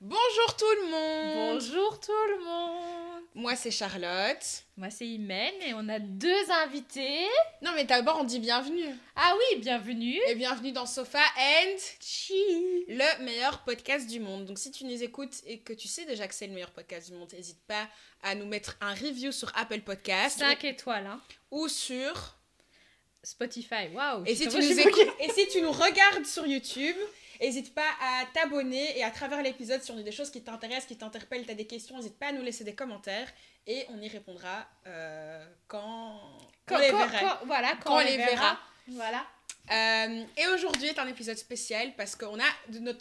Bonjour tout le monde. Bonjour tout le monde. Moi c'est Charlotte. Moi c'est Imen et on a deux invités. Non mais d'abord on dit bienvenue. Ah oui, bienvenue. Et bienvenue dans Sofa and Chill, le meilleur podcast du monde. Donc si tu nous écoutes et que tu sais déjà que c'est le meilleur podcast du monde, n'hésite pas à nous mettre un review sur Apple Podcast. 5 étoiles. Hein. Ou sur Spotify. Waouh. Et si tu nous écoutes, et si tu nous regardes sur YouTube, n'hésite pas à t'abonner et à travers l'épisode, si on a des choses qui t'intéressent, qui t'interpellent, tu as des questions, n'hésite pas à nous laisser des commentaires et on y répondra quand on les verra. Quand on les verra. Voilà. Et aujourd'hui est un épisode spécial parce qu'on a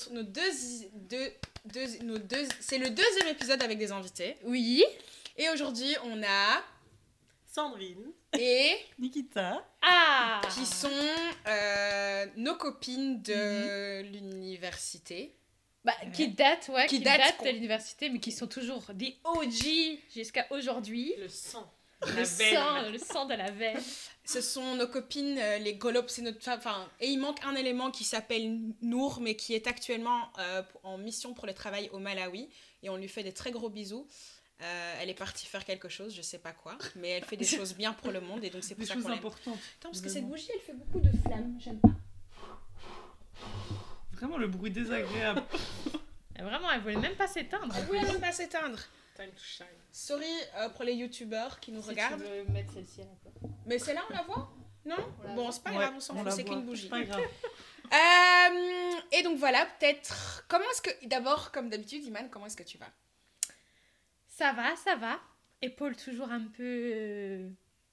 c'est le deuxième épisode avec des invités. Oui. Et aujourd'hui, on a Sandrine et Nikita qui sont nos copines de l'université. Qui datent datent de l'université, mais qui sont toujours des OG jusqu'à aujourd'hui. le sang Le sang de la veine. Ce sont nos copines, les Golop, c'est notre et il manque un élément qui s'appelle Nour, mais qui est actuellement en mission pour le travail au Malawi. Et on lui fait des très gros bisous. Elle est partie faire quelque chose, je sais pas quoi, mais elle fait des choses bien pour le monde et donc c'est pour ça qu'on l'aime. Des choses importantes. Attends, parce que cette bougie, elle fait beaucoup de flammes, j'aime pas. Vraiment le bruit désagréable. Vraiment, elle voulait même pas s'éteindre. Elle voulait même pas s'éteindre. Time to shine. Sorry pour les youtubeurs qui nous regardent. Tu veux mettre celle-ci un peu. Mais celle-là, on la voit? Non? Bon, c'est pas grave, on s'en fout, c'est qu'une bougie. C'est pas grave. Et donc voilà, peut-être. Comment est-ce que. D'abord, comme d'habitude, Iman, comment est-ce que tu vas? Ça va. Épaule toujours un peu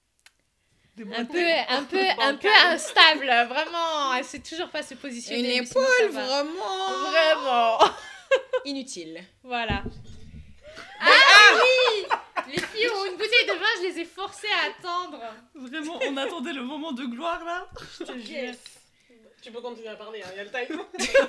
instable, vraiment. Elle sait toujours pas se positionner. Une mais sinon, ça épaule, va. vraiment inutile. Voilà. Ah oui. Les filles ont une bouteille de vin, je les ai forcées à attendre. Vraiment, on attendait le moment de gloire là. Je te jure. Tu peux continuer à parler, il y a le time.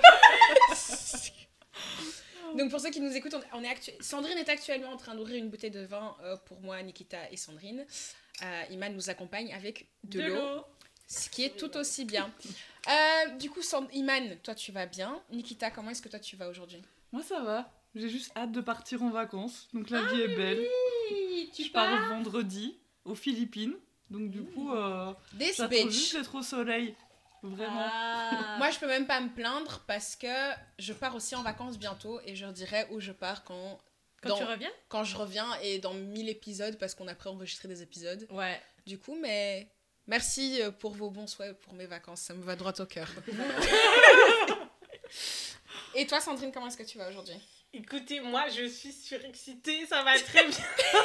Donc pour ceux qui nous écoutent, Sandrine est actuellement en train d'ouvrir une bouteille de vin pour moi, Nikita et Sandrine. Iman nous accompagne avec de l'eau, ce qui est tout aussi bien. Du coup, Iman, toi tu vas bien. Nikita, comment est-ce que toi tu vas aujourd'hui? Moi ça va. J'ai juste hâte de partir en vacances. Donc la vie est belle. Oui, Je pars vendredi aux Philippines. Donc du coup, j'attends juste d'être au soleil. Vraiment. Moi, je peux même pas me plaindre parce que je pars aussi en vacances bientôt et je dirai où je pars quand tu reviens? Quand je reviens et dans 1000 épisodes parce qu'on a préenregistré des épisodes. Ouais. Du coup, mais merci pour vos bons souhaits pour mes vacances, ça me va droit au cœur. Et toi, Sandrine, comment est-ce que tu vas aujourd'hui? Écoutez, moi je suis surexcitée, ça va très bien.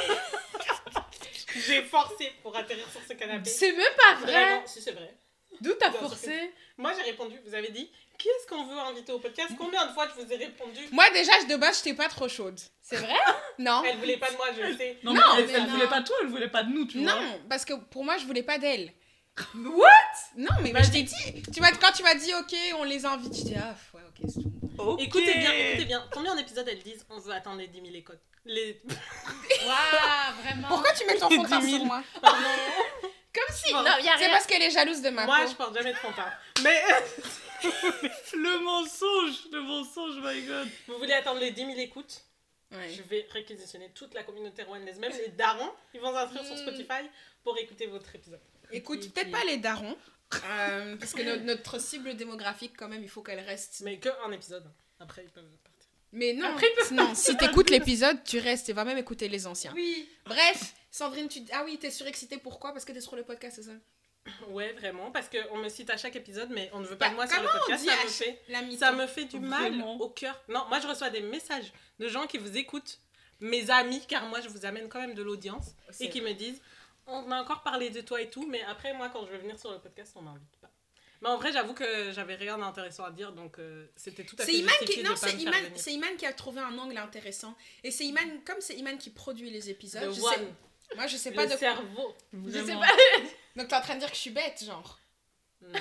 J'ai forcé pour atterrir sur ce canapé. C'est même pas vrai. Vraiment, si c'est vrai. D'où t'as Bien sûr forcé? Moi j'ai répondu, vous avez dit, qui est-ce qu'on veut inviter au podcast? Combien de fois je vous ai répondu? Moi, déjà, de base, j'étais pas trop chaude. C'est vrai? Non. Elle voulait pas de moi, je le sais. Non, Non, mais mais elle non. voulait pas de toi, elle voulait pas de nous, tu vois. Non, parce que pour moi, je voulais pas d'elle. What? Non, mais je t'ai dit. Quand tu m'as dit, ok, on les invite, je dis, ah, ouais, ok, c'est tout. Ok. Écoutez bien. Combien d'épisodes elles disent on veut atteindre les 10 000 écoutes? Waouh, vraiment. Pourquoi tu mets ton fond de teint 10 000. sur moi? Comme si. Non, y a C'est rien. parce qu'elle est jalouse de ma Moi peau. je porte jamais de fond de teint. Mais Le mensonge, my god. vous voulez atteindre les 10 000 écoutes? Ouais. Je vais réquisitionner toute la communauté rwandaise, même les darons, ils vont s'inscrire sur Spotify pour écouter votre épisode. Écoute, peut-être pas les darons, parce que notre cible démographique, quand même, il faut qu'elle reste. Mais qu'un épisode. Après, ils peuvent partir. Mais non, Après, non, si t'écoutes l'épisode, tu restes et va même écouter les anciens. Oui. Bref, Sandrine, ah oui, t'es surexcitée, pourquoi? Parce que t'es sur le podcast, c'est ça? Ouais, vraiment, parce qu'on me cite à chaque épisode, mais on ne veut pas de moi sur comment le on podcast, dit ça me fait du mal Vraiment. au cœur. Non, moi je reçois des messages de gens qui vous écoutent, mes amis, car moi je vous amène quand même de l'audience, et qui me disent, on a encore parlé de toi et tout, mais après moi quand je veux venir sur le podcast, on m'invite pas. Mais en vrai, j'avoue que j'avais rien d'intéressant à dire, donc c'était tout à fait justifié de pas me faire venir. C'est Iman qui a trouvé un angle intéressant. Et c'est Iman, comme c'est Iman qui produit les épisodes, Le moi je sais pas le de... cerveau. Je sais Vraiment. pas. Donc t'es en train de dire que je suis bête, genre. Non.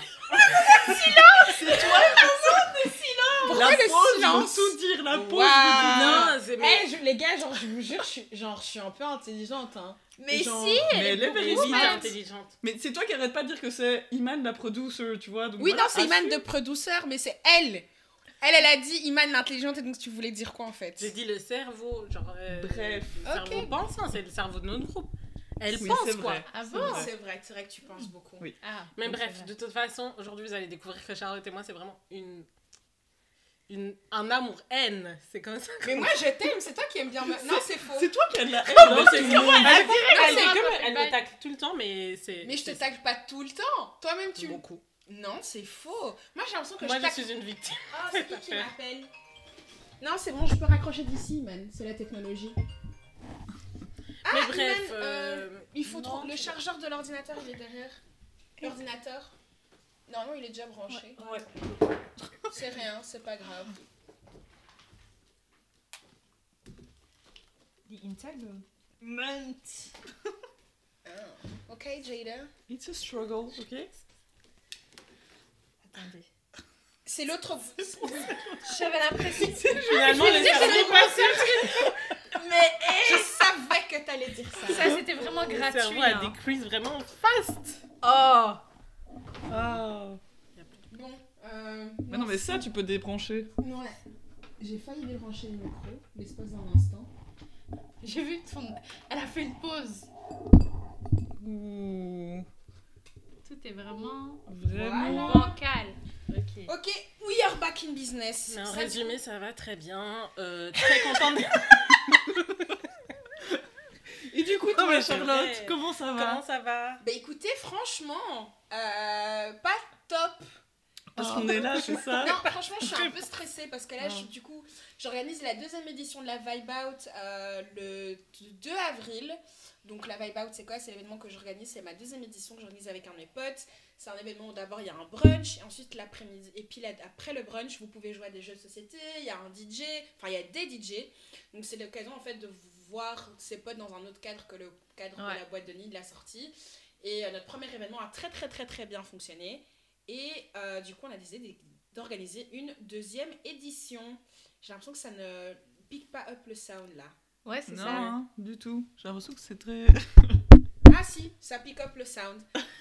Pourquoi La le pause silence? veut tout dire, la pause Waouh. Non, c'est Les gars, genre, je vous jure, je suis un peu intelligente, hein. Mais Genre- si, Mais elle est mais very vite smart. intelligente. Mais c'est toi qui arrête pas de dire que c'est Iman la producer, tu vois. Donc Oui, voilà, non, c'est Iman assume. de producer, mais c'est elle. Elle a dit Iman l'intelligente, et donc tu voulais dire quoi en fait? J'ai dit le cerveau, genre. Bref. Le cerveau pensant, c'est le cerveau de notre groupe. Elle Oui, pense c'est quoi. vrai. Ah C'est bon? vrai. C'est vrai que tu penses beaucoup. Oui. Ah, Mais oui, bref, c'est vrai. de toute façon, aujourd'hui, vous allez découvrir que Charlotte et moi, c'est vraiment un amour-haine. C'est comme ça. Mais moi je t'aime, c'est toi qui aimes bien. Non, c'est faux. C'est toi qui as de la haine. Non, avec c'est tout le moi. monde. Elle me tacle tout le temps, mais c'est. Mais je te tacle pas tout le temps. Toi-même tu. Beaucoup. Non, c'est faux. Moi j'ai l'impression que Moi, je je tacle. suis une victime. Ah, C'est c'est qui pas qui fair. m'appelle? Non, c'est bon, je peux raccrocher d'ici, man. C'est la technologie. Mais Ah, bref. Iman, il faut non, trop. Le tu- chargeur de l'ordinateur, il est derrière. L'ordinateur. Non, il est déjà branché. Ouais. C'est rien, c'est pas grave. The entanglement. Ok, Jada. It's a struggle, ok? Attendez. C'est l'autre. J'avais l'impression. Finalement, le cerveau passe. Mais je savais que t'allais dire ça. Ça, c'était vraiment Le gratuit. cerveau a hein. des quiz vraiment fast. Oh! Ah. Bon, Mais non, mais ça, tu peux débrancher. Ouais. J'ai failli débrancher le micro, l'espace d'un instant. J'ai vu ton. Elle a fait une pause. Ouh. Tout est vraiment Vraiment. bancal. Ok. Ok, we are back in business. Mais en Ça, résumé, ça va très bien. Très contente. Et du coup, Non, toi, mais c'est Charlotte, vrai. comment ça va? Comment ça va? Bah écoutez, franchement, pas top. Parce qu'on est là, c'est ça? Non, franchement, je suis un peu stressée parce que là, Non. du coup, j'organise la 2e édition de la Vibe Out le 2 avril. Donc la Vibe Out, c'est quoi? C'est l'événement que j'organise, c'est ma 2e édition que j'organise avec un de mes potes. C'est un événement où d'abord il y a un brunch, et ensuite l'après-midi, et puis après le brunch, vous pouvez jouer à des jeux de société, il y a un DJ, enfin il y a des DJ. Donc c'est l'occasion en fait de voir ses potes dans un autre cadre que le cadre de la boîte de nuit de la sortie. Et notre premier événement a très très très très bien fonctionné. Et du coup, on a décidé d'organiser une 2e édition. J'ai l'impression que ça ne pique pas up le sound là. Ouais, c'est Non, ça. hein, du tout. J'ai l'impression que c'est très... Ah si, ça pick up le sound.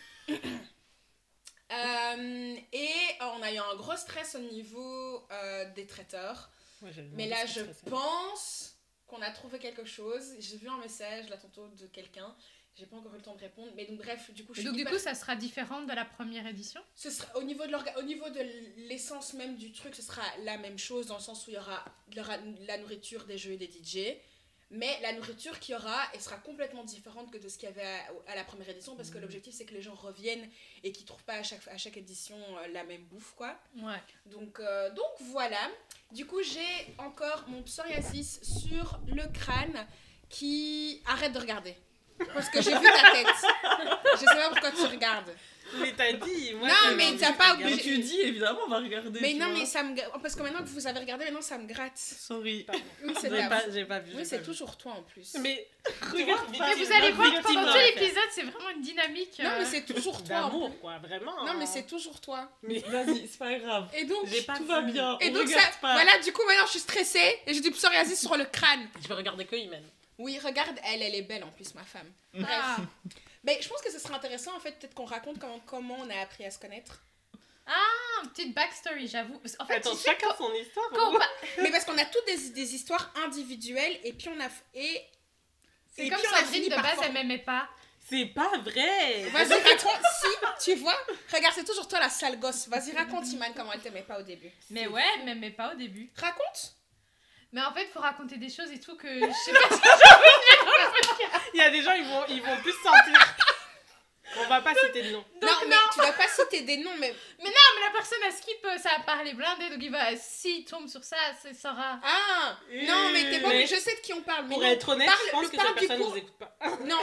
Et on a eu un gros stress au niveau des traiteurs. Ouais, Mais là, je pense qu'on a trouvé quelque chose. J'ai vu un message là tantôt de quelqu'un. J'ai pas encore eu le temps de répondre. Mais donc bref, du coup, je suis Donc, du hyper- coup, ça sera différent de la première édition? Ce sera, au niveau de l'essence même du truc, ce sera la même chose dans le sens où il y aura la nourriture, des jeux et des DJ. Mais la nourriture qu'il y aura, elle sera complètement différente que de ce qu'il y avait à la première édition parce que l'objectif c'est que les gens reviennent et qu'ils trouvent pas à chaque édition la même bouffe quoi. Ouais. Donc voilà. Du coup j'ai encore mon psoriasis sur le crâne qui arrête de regarder. Parce que j'ai vu ta tête. Je sais pas pourquoi tu regardes. Mais t'as dit, moi. Non, j'avais mais envie t'as de pas regarder. Mais tu dis, évidemment, on va regarder. Mais tu non, vois. mais ça me... Parce que maintenant que vous avez regardé, maintenant ça me gratte. Sorry. Oui, c'est J'ai ta pas, faute. j'ai pas vu. Oui, j'ai c'est pas vu. toujours toi en plus. Mais Regarde pas. Mais vous allez voir victime pendant dans tout l'affaire. l'épisode, c'est vraiment une dynamique. Non, mais c'est toujours toi. en D'amour, quoi, vraiment. plus. Non, mais hein. c'est toujours toi. Mais Vas-y, c'est pas grave. Et donc, j'ai pas Tout va vu. bien. et on donc ça, regarde pas. voilà, du coup maintenant je suis stressée et j'ai du psoriasis sur le crâne. Je vais regarder que Imen. Oui, regarde, elle est belle en plus, ma femme. Ah. Mais je pense que ce serait intéressant en fait, peut-être qu'on raconte comment on a appris à se connaître. Une petite backstory, j'avoue. Parce qu'en fait, Attends, tu sais, chacun son histoire. quand on hein. pa- Mais parce qu'on a toutes des histoires individuelles et puis on a c'est et comme puis on a Sandrine fini de par base, former- elle m'aimait pas. C'est pas vrai. Vas-y, raconte. Si, tu vois, regarde, c'est toujours toi la sale gosse. Vas-y, raconte, Iman, comment elle t'aimait pas au début. Mais ouais, elle m'aimait pas au début. Raconte. Mais en fait, faut raconter des choses et tout que je sais pas si Il y a des gens, ils vont plus se sentir. On va pas citer de nom. Non, mais tu dois pas citer des noms, mais... mais la personne elle skip, ça a parlé blindé, donc il va, s'il tombe sur ça, ça sera. Ah non, mais t'es pas Mais- obligé, je sais de qui on parle. Mais Pour non, être honnête, parle- je pense que parle cette du personne coup- nous écoute pas. Non.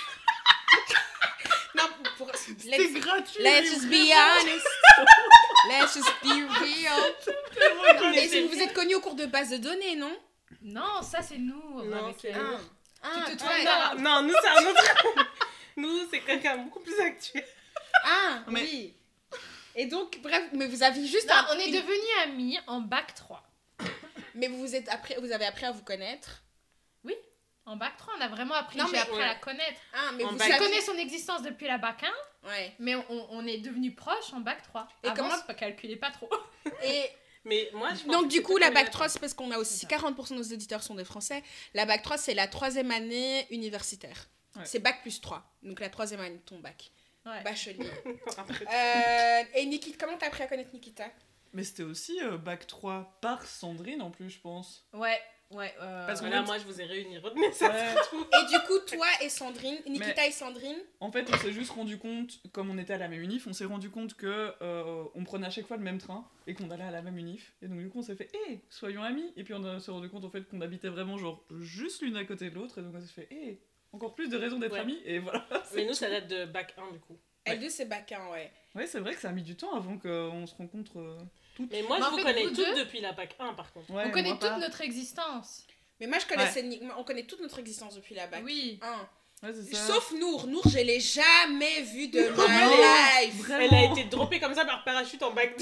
Non, pour... C'est Let's, gratuit. let's just be honest. Let's just be real. Mais si vous êtes connus au cours de base de données, non? Non, ça c'est nous. Non, avec, c'est- Ah, Tu te ouais. trompes. Non, nous, c'est un autre. Nous, c'est quelqu'un beaucoup plus actuel. Ah, Mais- oui. Et donc, bref, mais vous aviez juste Non, un... on est devenus amis en bac 3. Mais vous avez appris à vous connaître. En bac 3, on a vraiment appris, Non, j'ai mais- appris ouais. à la connaître. Ah, mais En vous bac- Je saviez... connais son existence depuis la bac 1, Ouais. mais on est devenus proches en bac 3. Et Avant, comment- c'est pas calculé pas trop. Et Mais moi, je pense Donc que du c'est coup, pas la comme bac les 3, c'est parce qu'on a aussi 40% de nos auditeurs sont des Français. La bac 3, c'est la 3e année universitaire. Ouais. C'est bac plus 3. Donc la 3e année de ton bac. Ouais. Bachelier. Après, Et Nikita, comment t'as appris à connaître Nikita? Mais c'était aussi bac 3 par Sandrine en plus, je pense. Ouais. Parce que voilà, moi, je vous ai réunis. Retenez ça. Ouais. Et du coup, toi et Sandrine, Nikita et Sandrine, En fait, on s'est juste rendu compte, comme on était à la même unif, on s'est rendu compte que on prenait à chaque fois le même train et qu'on allait à la même unif. Et donc du coup, on s'est fait, soyons amis. Et puis on s'est rendu compte en fait qu'on habitait vraiment genre juste l'une à côté de l'autre. Et donc on s'est fait, encore plus de raisons d'être Ouais. amis. Et voilà. Mais nous, ça date de bac 1, du coup. elles deux, c'est bac 1, ouais. Ouais, c'est vrai que ça a mis du temps avant qu'on se rencontre toutes. Mais moi, Mais je en vous fait, connais vous toutes deux- depuis la bac 1, par contre. Ouais, On connaît moi toute pas. notre existence. Mais moi, je connaissais on connaît toute notre existence depuis la bac Oui. 1. Ouais, c'est ça. Sauf Nour. Nour, je l'ai jamais vue de Non. ma life. Vraiment. Elle a été droppée comme ça par parachute en bac 2.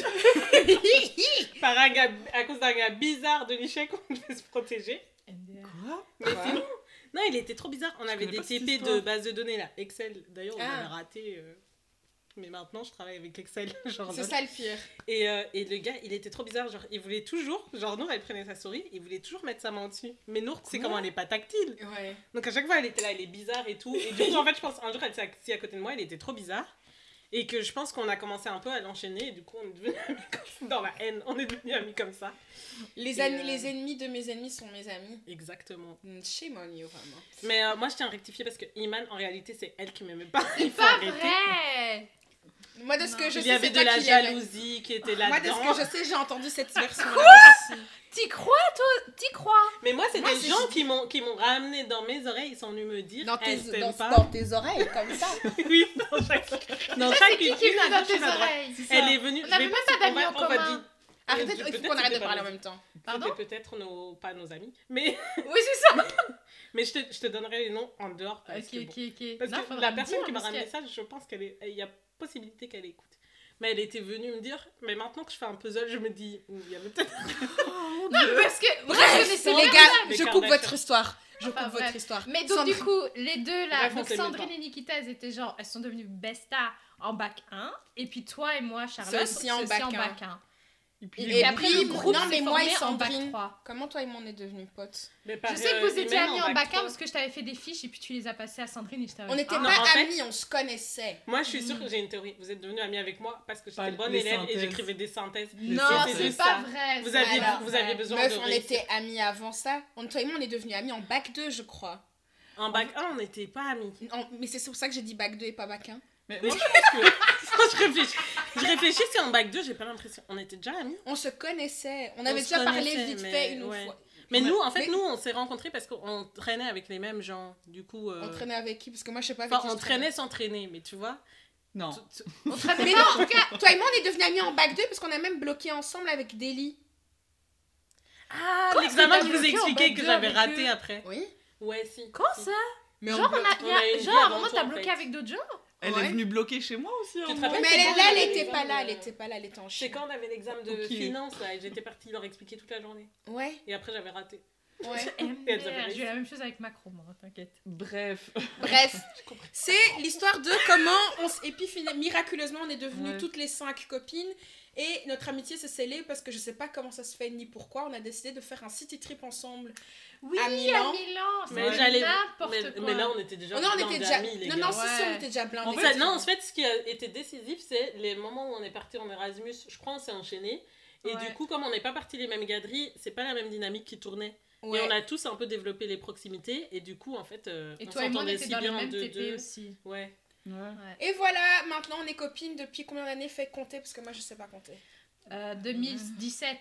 par un gars, à cause d'un gars bizarre de Nichek, on devait se protéger. Quoi? Mais Quoi sinon, non, il était trop bizarre. On avait connais des pas cette TP histoire. de base de données là, Excel. D'ailleurs, on Ah. avait raté. Mais maintenant, je travaille avec Excel. Genre, C'est ça le pire. et le gars, il était trop bizarre. Genre, il voulait toujours. Genre, Nour, elle prenait sa souris. Il voulait toujours mettre sa main dessus. Mais Nour, tu sais Quoi comment elle est pas tactile. Ouais. Donc, à chaque fois, elle était là, elle est bizarre et tout. Et du coup, en fait, je pense un jour, elle s'est assise à côté de moi. Elle était trop bizarre. Et que je pense qu'on a commencé un peu à l'enchaîner. Et du coup, on est devenus amis comme ça. Dans la haine, on est devenus amis comme ça. Les, Et, les ennemis de mes ennemis sont mes amis. Exactement. Shame on you, vraiment. Mais moi, je tiens à rectifier parce que Iman, en réalité, c'est elle qui m'aimait pas. C'est Il faut pas arrêter. vrai. Moi, de ce que je Il y sais, avait c'est de toi la qui l'aimais. jalousie qui était Moi, de là-dedans. ce que je sais, j'ai entendu cette version-là aussi. T'y crois, toi? T'y crois? Mais moi, c'est Moi, des c'est gens juste- qui m'ont ramené dans mes oreilles. Ils sont venus me dire Dans elle t'aime pas. dans tes oreilles, comme ça. Oui, dans chaque. Dans Ça, chaque c'est qui est venu dans tes oreilles? Elle est venue. On je n'avait vais même pas- pas d'amis on va- en on va commun. dire- Arrêtez, il Peut-être faut qu'on arrête de c'était parler en pas même temps. Pardon? C'était peut-être pas nos amis. Mais, Oui, c'est ça. mais je te donnerai les noms en dehors. Parce que, bon. ok. Parce Non, que faudra la me personne dire, qui m'a parce ramené que- ça, je pense il y a possibilité qu'elle écoute. Mais elle était venue me dire, mais maintenant que je fais un puzzle, je me dis, il y avait peut-être. Non, mais parce que moi, je Bref, connaissais les bien gars, Les je coupe Kardashians. votre histoire. Je Enfin, coupe bref. votre histoire. Mais donc, Sandrine- du coup, les deux là, Bref, on donc s'aimait Sandrine pas. et Nikita, elles sont devenues besta en bac 1. Et puis toi et moi, Charlotte, C'est aussi en bac 1. Et puis, Et Et après, puis, le groupe non, s'est mais moi et formé en bac Sandrine, 3. comment toi et moi on est devenus potes? Mais Je sais que vous étiez Iman amis en bac 1 3. parce que je t'avais fait des fiches et puis tu les as passées à Sandrine et je t'avais On n'était Ah, pas en fait- amis, on se connaissait. Moi, je suis sûre que j'ai une théorie. Vous êtes devenus amis avec moi parce que Pas j'étais bonne les élève et synthèses. j'écrivais des synthèses. Non, C'est c'est juste pas ça. vrai. Vous c'est aviez- pas vous vrai. aviez besoin Meuf, de on réussir. était amis avant ça. Toi et moi, on est devenus amis en bac 2, je crois. En bac 1, on n'était pas amis. Mais c'est pour ça que j'ai dit bac 2 et pas bac 1. Mais moi, je pense que. Je réfléchis si en bac 2, j'ai pas l'impression. On était déjà amis. On se connaissait. On On avait se déjà parlé connaissait, vite mais fait une ouais. fois. Mais Ouais. nous, en fait, Mais- nous, on s'est rencontrés parce qu'on traînait avec les mêmes gens. Du coup. On traînait avec qui? Parce que moi, je sais pas avec Enfin, qui on je traînais. traînait sans traîner, mais tu vois. Non. On traînait Mais pas. non, en tout cas, toi et moi, on est devenus amis en bac 2 parce qu'on a même bloqué ensemble avec Deli. Ah, Quand l'examen est-ce que que je vous ai t'as bloqué en expliqué bac que 2 j'avais avec raté eux après. Oui. Ouais, si. Quand si. ça? Mais Genre, on a une vie genre, avant vraiment, toi, t'as en bloqué fait. avec d'autres gens? Elle Ouais. est venue bloquer chez moi aussi. Tu te hein, rappelles Mais c'est elle, quand là, on elle avait était l'examen pas là, de- elle était pas là, elle était en C'est Chine. quand on avait l'examen de Ok. finance, là, et j'étais partie leur expliquer toute la journée. Ouais, Et après, j'avais raté. ouais. Et elles avaient J'ai réussi. eu la même chose avec Macron, moi, t'inquiète. Bref. Bref, c'est l'histoire de comment et puis miraculeusement on est devenues Ouais. toutes les 5 copines et notre amitié s'est scellée parce que je sais pas comment ça se fait ni pourquoi on a décidé de faire un city trip ensemble. Oui, À Milan. Mais c'est j'allais. n'importe quoi. Mais là, on était déjà. Oh non, on blindés était déjà amis, les non gars. non si si on Ouais. était déjà blindés. En En fait, non, en fait, ce qui a été décisif, c'est les moments où on est parti en Erasmus. Je crois on s'est enchaîné. Et Ouais. du coup, comme on n'est pas parti les mêmes galeries, c'est pas la même dynamique qui tournait. Ouais. Et on a tous un peu développé les proximités. Et du coup, en fait, Et on toi et moi, on s'entendait était si dans le bien même de TP deux. aussi. Ouais. Ouais. Ouais. Et voilà, maintenant on est copines depuis combien d'années? Fait compter parce que moi je sais pas compter. 2017.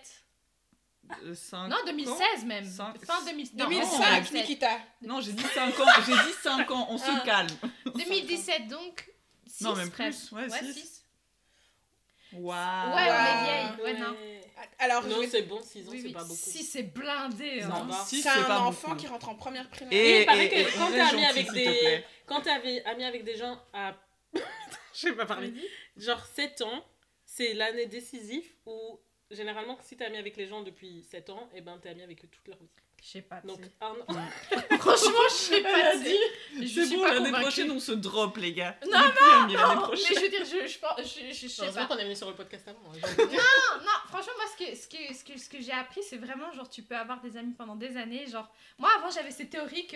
5 Non, 2016 même. Cinq- Fin 2016. Non, 2005 2017. Nikita. Non, j'ai dit 5 ans. J'ai dit 5 ans. On se Ah. calme. 2017, donc 6 Non, même presque. plus. Ouais, six. 6. Waouh. Ouais, on est vieilles. Ouais, non. Alors Non, je vais... c'est bon, 6 ans, Oui, c'est oui. pas beaucoup. 6, c'est blindé. Ça hein. va. Six, c'est un pas enfant beaucoup. qui rentre en première primaire. Et il paraît que quand t'es reste ami gentil, avec s'il te des. plaît. Quand t'es ami avec des gens à. Je vais pas parler. Genre 7 ans, c'est l'année décisive où généralement si t'es ami avec les gens depuis 7 ans, et ben t'es ami avec eux toute leur vie. Je sais pas. Donc, Franchement, je sais pas. Elle a dit, Je c'est suis bon, pas l'année convaincue. prochaine, on se drop, les gars. Non, On est plus amis l'année Non, prochaine. mais je veux dire, je sais heureusement pas. qu'on est venu sur le podcast avant. Non, franchement, moi, ce que j'ai appris, c'est vraiment, genre, tu peux avoir des amis pendant des années. Genre, moi, avant, j'avais cette théorie que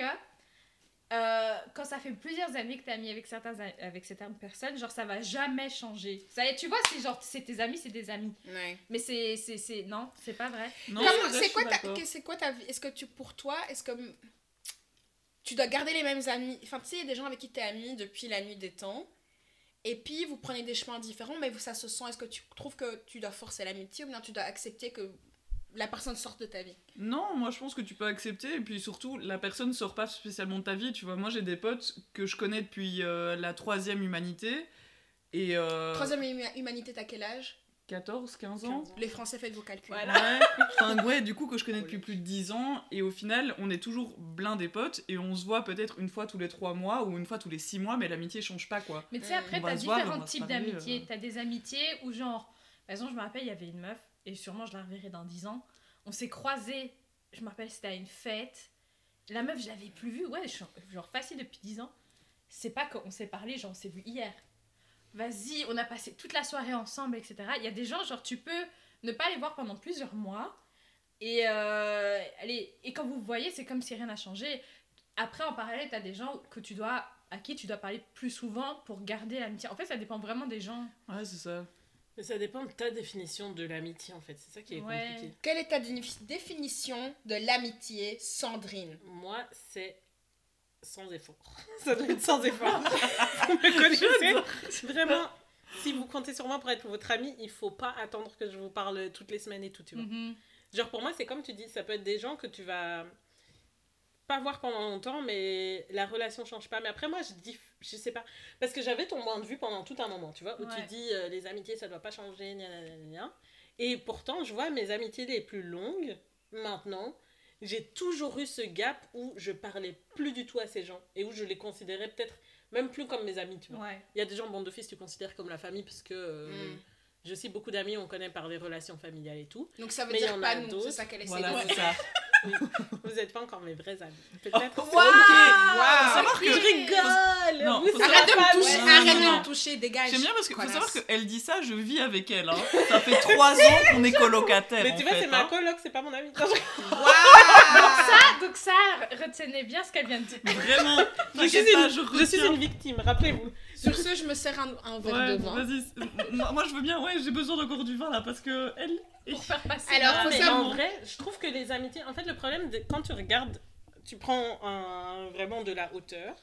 quand ça fait plusieurs années que t'es ami avec certaines personnes, genre, ça va jamais changer. Ça, tu vois, c'est tes amis, c'est des amis. Ouais. Mais non, c'est pas vrai. Non, Comment- vrai, je c'est suis d'accord. quoi ta vie? Est-ce que pour toi, est-ce que tu dois garder les mêmes amis? Enfin, tu sais, il y a des gens avec qui t'es ami depuis la nuit des temps. Et puis, vous prenez des chemins différents, mais ça se sent. Est-ce que tu trouves que tu dois forcer l'amitié ou bien tu dois accepter que la personne sorte de ta vie? Non, moi je pense que tu peux accepter, et puis surtout, la personne sort pas spécialement de ta vie, tu vois. Moi j'ai des potes que je connais depuis la 3e humanité, et... Troisième humanité, t'as quel âge? 14, 15 ans. Les Français, faites vos calculs. Voilà. Ouais, enfin, ouais, du coup que je connais depuis plus de 10 ans, et au final, on est toujours blindés potes, et on se voit peut-être une fois tous les 3 mois, ou une fois tous les 6 mois, mais l'amitié change pas, quoi. Mais tu sais, après, On va t'as se voir, on différents va se types parler, d'amitiés. T'as des amitiés où, genre, par exemple, je me rappelle, il y avait une meuf, et sûrement je la reverrai dans 10 ans. On s'est croisés, je me rappelle, c'était à une fête. La meuf, je l'avais plus vue, ouais, genre facile depuis 10 ans. C'est pas qu'on s'est parlé, genre, on s'est vu hier. Vas-y, on a passé toute la soirée ensemble, etc. Il y a des gens, genre, tu peux ne pas les voir pendant plusieurs mois. Et quand vous vous voyez, c'est comme si rien n'a changé. Après, en parallèle, t'as des gens à qui tu dois parler plus souvent pour garder l'amitié. En fait, ça dépend vraiment des gens. Ouais, c'est ça. Mais ça dépend de ta définition de l'amitié, en fait. C'est ça qui est Ouais. compliqué. Quelle est ta définition de l'amitié, Sandrine? Moi, c'est sans effort. Ça doit être sans effort. Vous me connaissez. Vraiment, si vous comptez sur moi pour être votre ami, il faut pas attendre que je vous parle toutes les semaines et tout, tu vois. Mhm. Genre, pour moi, c'est comme tu dis, ça peut être des gens que tu vas pas voir pendant longtemps, mais la relation change pas. Mais après, moi, je sais pas. Parce que j'avais ton point de vue pendant tout un moment, tu vois, où tu Ouais. dis les amitiés, ça doit pas changer, gna, gna, gna, gna. Et pourtant, je vois mes amitiés les plus longues, maintenant, j'ai toujours eu ce gap où je parlais plus du tout à ces gens et où je les considérais peut-être même plus comme mes amis, tu vois. Ouais. Il y a des gens, bande de fils, tu considères comme la famille parce que j'ai aussi beaucoup d'amis, on connaît par les relations familiales et tout. Donc ça veut Mais il y dire en pas a nous, d'autres. c'est ça qu'elle essaie Voilà, de c'est dire. ça. Oui. Vous n'êtes pas encore mes vrais amis. Peut-être. Oh, c'est wow. ok. Faut savoir que- Je rigole. Non, Vous faut savez Arrête de pas, me toucher, ouais. arrête Non, de non. me toucher, dégage. J'aime bien parce qu'il faut Connasse. savoir qu'elle dit ça, je vis avec elle. Hein. Ça fait 3 ans qu'on est colocataires. Mais tu vois, en fait, c'est ma hein. coloc, c'est pas mon ami. Donc ça, retenez bien ce qu'elle vient de dire. Vraiment. Je suis t'inquiète pas, je suis retiens. une victime, rappelez-vous. Sur ce, je me sers un verre Ouais, de vin. vas-y. Moi, je veux bien, ouais, j'ai besoin d'encore du vin là parce que elle. Pour faire passer. Alors, la- faut mais savoir- en vrai, je trouve que les amitiés... En fait, le problème, quand tu regardes, tu prends vraiment de la hauteur,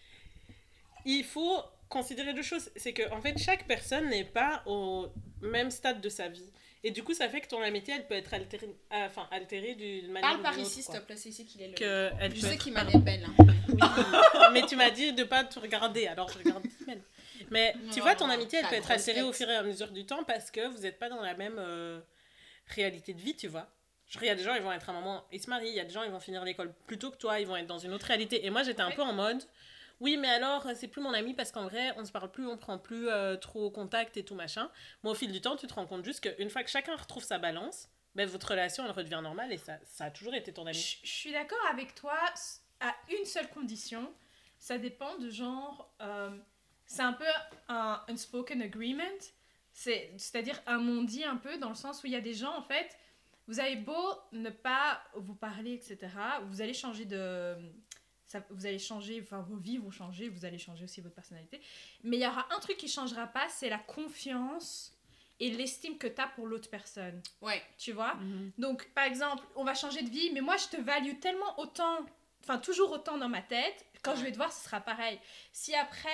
il faut considérer deux choses. C'est que, en fait, chaque personne n'est pas au même stade de sa vie. Et du coup, ça fait que ton amitié, elle peut être altérée d'une manière Parle ou par d'une ici, autre, s'il te plaît, c'est ici qu'il est le... Que elle Je peut sais être- qu'il m'a pardon. des belles. Hein. Oui, mais tu m'as dit de pas te regarder, alors je regarde Ismaël. Mais tu Non, vois, ton non, amitié, elle ta peut être grosse altérée tête. au fur et à mesure du temps parce que vous n'êtes pas dans la même réalité de vie, tu vois. Genre, il y a des gens, ils vont être à un moment, ils se marient, il y a des gens, ils vont finir l'école plus tôt que toi, ils vont être dans une autre réalité. Et moi, j'étais un peu en mode, oui, mais alors, c'est plus mon ami parce qu'en vrai, on se parle plus, on prend plus trop contact et tout machin. Mais au fil du temps, tu te rends compte juste qu'une fois que chacun retrouve sa balance, ben, votre relation, elle redevient normale et ça a toujours été ton ami. Je suis d'accord avec toi à une seule condition. Ça dépend de genre... c'est un peu un unspoken agreement. C'est-à-dire un non-dit un peu, dans le sens où il y a des gens, en fait, vous avez beau ne pas vous parler, etc. Vous allez changer de... vous allez changer, enfin vos vies vont changer, vous allez changer aussi votre personnalité. Mais il y aura un truc qui ne changera pas, c'est la confiance et l'estime que tu as pour l'autre personne. Ouais. Tu vois ? Donc, par exemple, on va changer de vie, mais moi, je te value tellement autant, enfin, toujours autant dans ma tête, quand je vais te voir, ce sera pareil. Si après,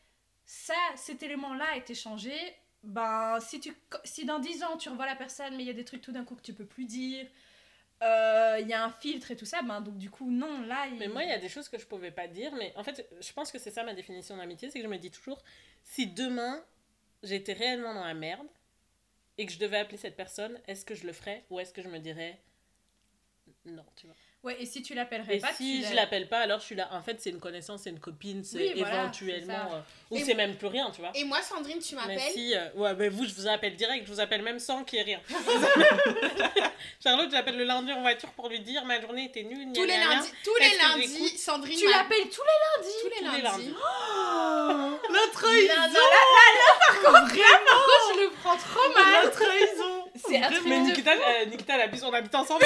cet élément-là a été changé, ben, si dans 10 ans, tu revois la personne, mais il y a des trucs tout d'un coup que tu peux plus dire, il y a un filtre et tout ça, ben, donc du coup, non, là... Mais moi, il y a des choses que je pouvais pas dire, mais en fait, je pense que c'est ça ma définition d'amitié, c'est que je me dis toujours, si demain, j'étais réellement dans la merde, et que je devais appeler cette personne, est-ce que je le ferais ou est-ce que je me dirais non, tu vois. Ouais, et si tu l'appellerais Et pas, si je l'appelle pas, alors je suis là. En fait, c'est une connaissance, c'est une copine, c'est Oui, voilà, éventuellement. c'est ça. Ou Et- c'est même plus rien, tu vois. Et moi, Sandrine, tu Mais m'appelles. si, ouais, mais vous, je vous appelle direct, je vous appelle même sans qu'il y ait rien. Charlotte, j'appelle le lundi en voiture pour lui dire ma journée était nulle. Tous les lundis, Est-ce que j'écoute Sandrine. Tu l'appelles tous les lundis. tous les tous les lundis. lundis. La trahison. Par contre, je le prends trop mal. La trahison. C'est un truc Mais de Nikita, elle abuse, on habite ensemble.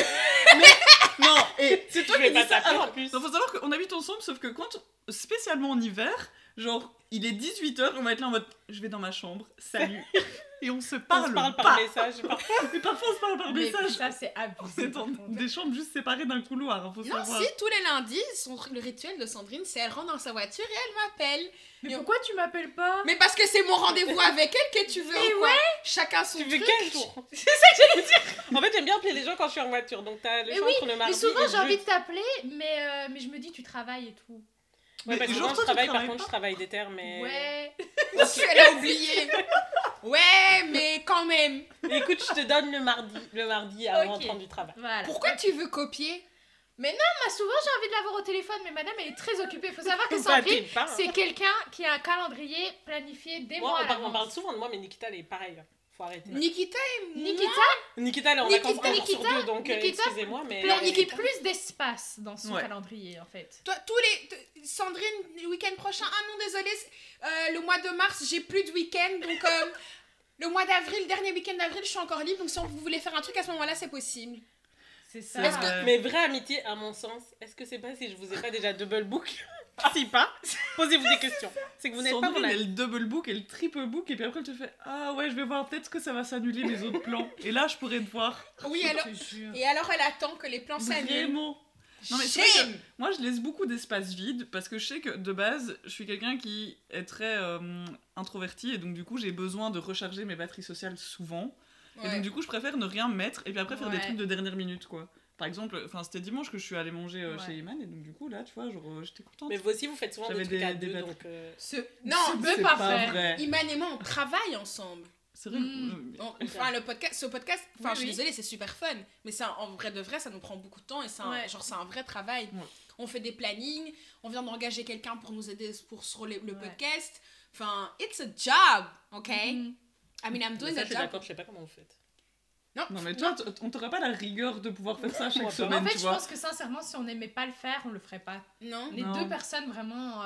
Non, et c'est toi Je qui vais pas dis ça. t'appeler en Alors, plus. faut savoir qu'on habite ensemble, sauf que quand, spécialement en hiver, genre, il est 18h, on va être là en mode, je vais dans ma chambre, salut. Et on se On parle, se parle pas. par message. Et parfois on se parle par Mais message. ça, c'est On abusé. est dans des chambres juste séparées d'un couloir, hein, faut Non, savoir. si, tous les lundis, le rituel de Sandrine, c'est elle rentre dans sa voiture et elle m'appelle. Mais pourquoi tu m'appelles pas? Mais parce que c'est mon rendez-vous avec elle que tu veux Mais ou quoi? Chacun son Tu veux truc. quel jour? C'est ça que j'allais dire. En fait, j'aime bien appeler les gens quand je suis en voiture. Donc, t'as le Mais choix oui, entre le mardi Mais souvent, et le j'ai envie jeudi. de t'appeler, mais je me dis, tu travailles et tout. Ouais, parce que genre, quand je toi, tu travaille, par travailles contre, pas. je travaille des terres, mais. Ouais. Elle a oublié. Ouais, mais quand même. Écoute, je te donne le mardi avant Ok. rentrant du travail. Voilà. Pourquoi tu veux copier? Moi, souvent, j'ai envie de l'avoir au téléphone, mais madame, elle est très occupée. Il faut savoir que Bah, Sandrine, t'es pas, hein. c'est quelqu'un qui a un calendrier planifié des mois Moi, à on l'avance. parle souvent de moi, mais Nikita, elle est pareille. Là. Faut arrêter. Nikita et moi. Nikita, Nikita, elle est en Nikita, vacances un jour sur deux, donc Nikita, excusez-moi, mais. planifie plus d'espace dans son Ouais. calendrier, en fait. Toi, Sandrine, le week-end prochain, ah non, désolé, le mois de mars, j'ai plus de week-end, donc le mois d'avril, dernier week-end d'avril, je suis encore libre, donc si vous voulez faire un truc à ce moment-là, c'est possible. C'est ça. Est-ce que- Mais vraie amitié, à mon sens, est-ce que c'est pas si je vous ai pas déjà double book? Si pas, posez-vous des questions. C'est que vous n'êtes pas Sandrine, mon elle double book, elle triple book, et puis après elle te fait ah ouais, je vais voir, peut-être que ça va s'annuler mes autres plans. Et là, je pourrais te voir. Oui, alors, Je te jure. et alors elle attend que les plans s'annulent. Vraiment. Non, mais c'est vrai Shame. que moi, je laisse beaucoup d'espace vide parce que je sais que de base, je suis quelqu'un qui est très introverti et donc du coup, j'ai besoin de recharger mes batteries sociales souvent. Et Ouais. donc du coup, je préfère ne rien mettre et puis après faire des Ouais. trucs de dernière minute, quoi. Par exemple, c'était dimanche que je suis allée manger Ouais. chez Iman et donc du coup, là, tu vois, genre, j'étais contente. Mais vous aussi, vous faites souvent des J'avais trucs à des deux, batteries. donc. Non, ce peut c'est pas pas faire. vrai. Iman et moi, on travaille ensemble. C'est vrai. Enfin, ce podcast, enfin, Oui, je suis oui. désolée, c'est super fun, mais ça, en vrai de vrai, ça nous prend beaucoup de temps et c'est Ouais. c'est un vrai travail. Ouais. On fait des plannings, on vient d'engager quelqu'un pour nous aider sur le Ouais. podcast. Enfin, it's a job, ok? Mhm. I mean, I'm doing Ça, a je suis job. d'accord, je sais pas comment vous faites. Non, Non, mais toi, on t'aurait pas la rigueur de pouvoir faire ça chaque En semaine, En fait, tu je vois. pense que sincèrement, si on n'aimait pas le faire, on le ferait pas. non. Les Non. deux personnes, vraiment,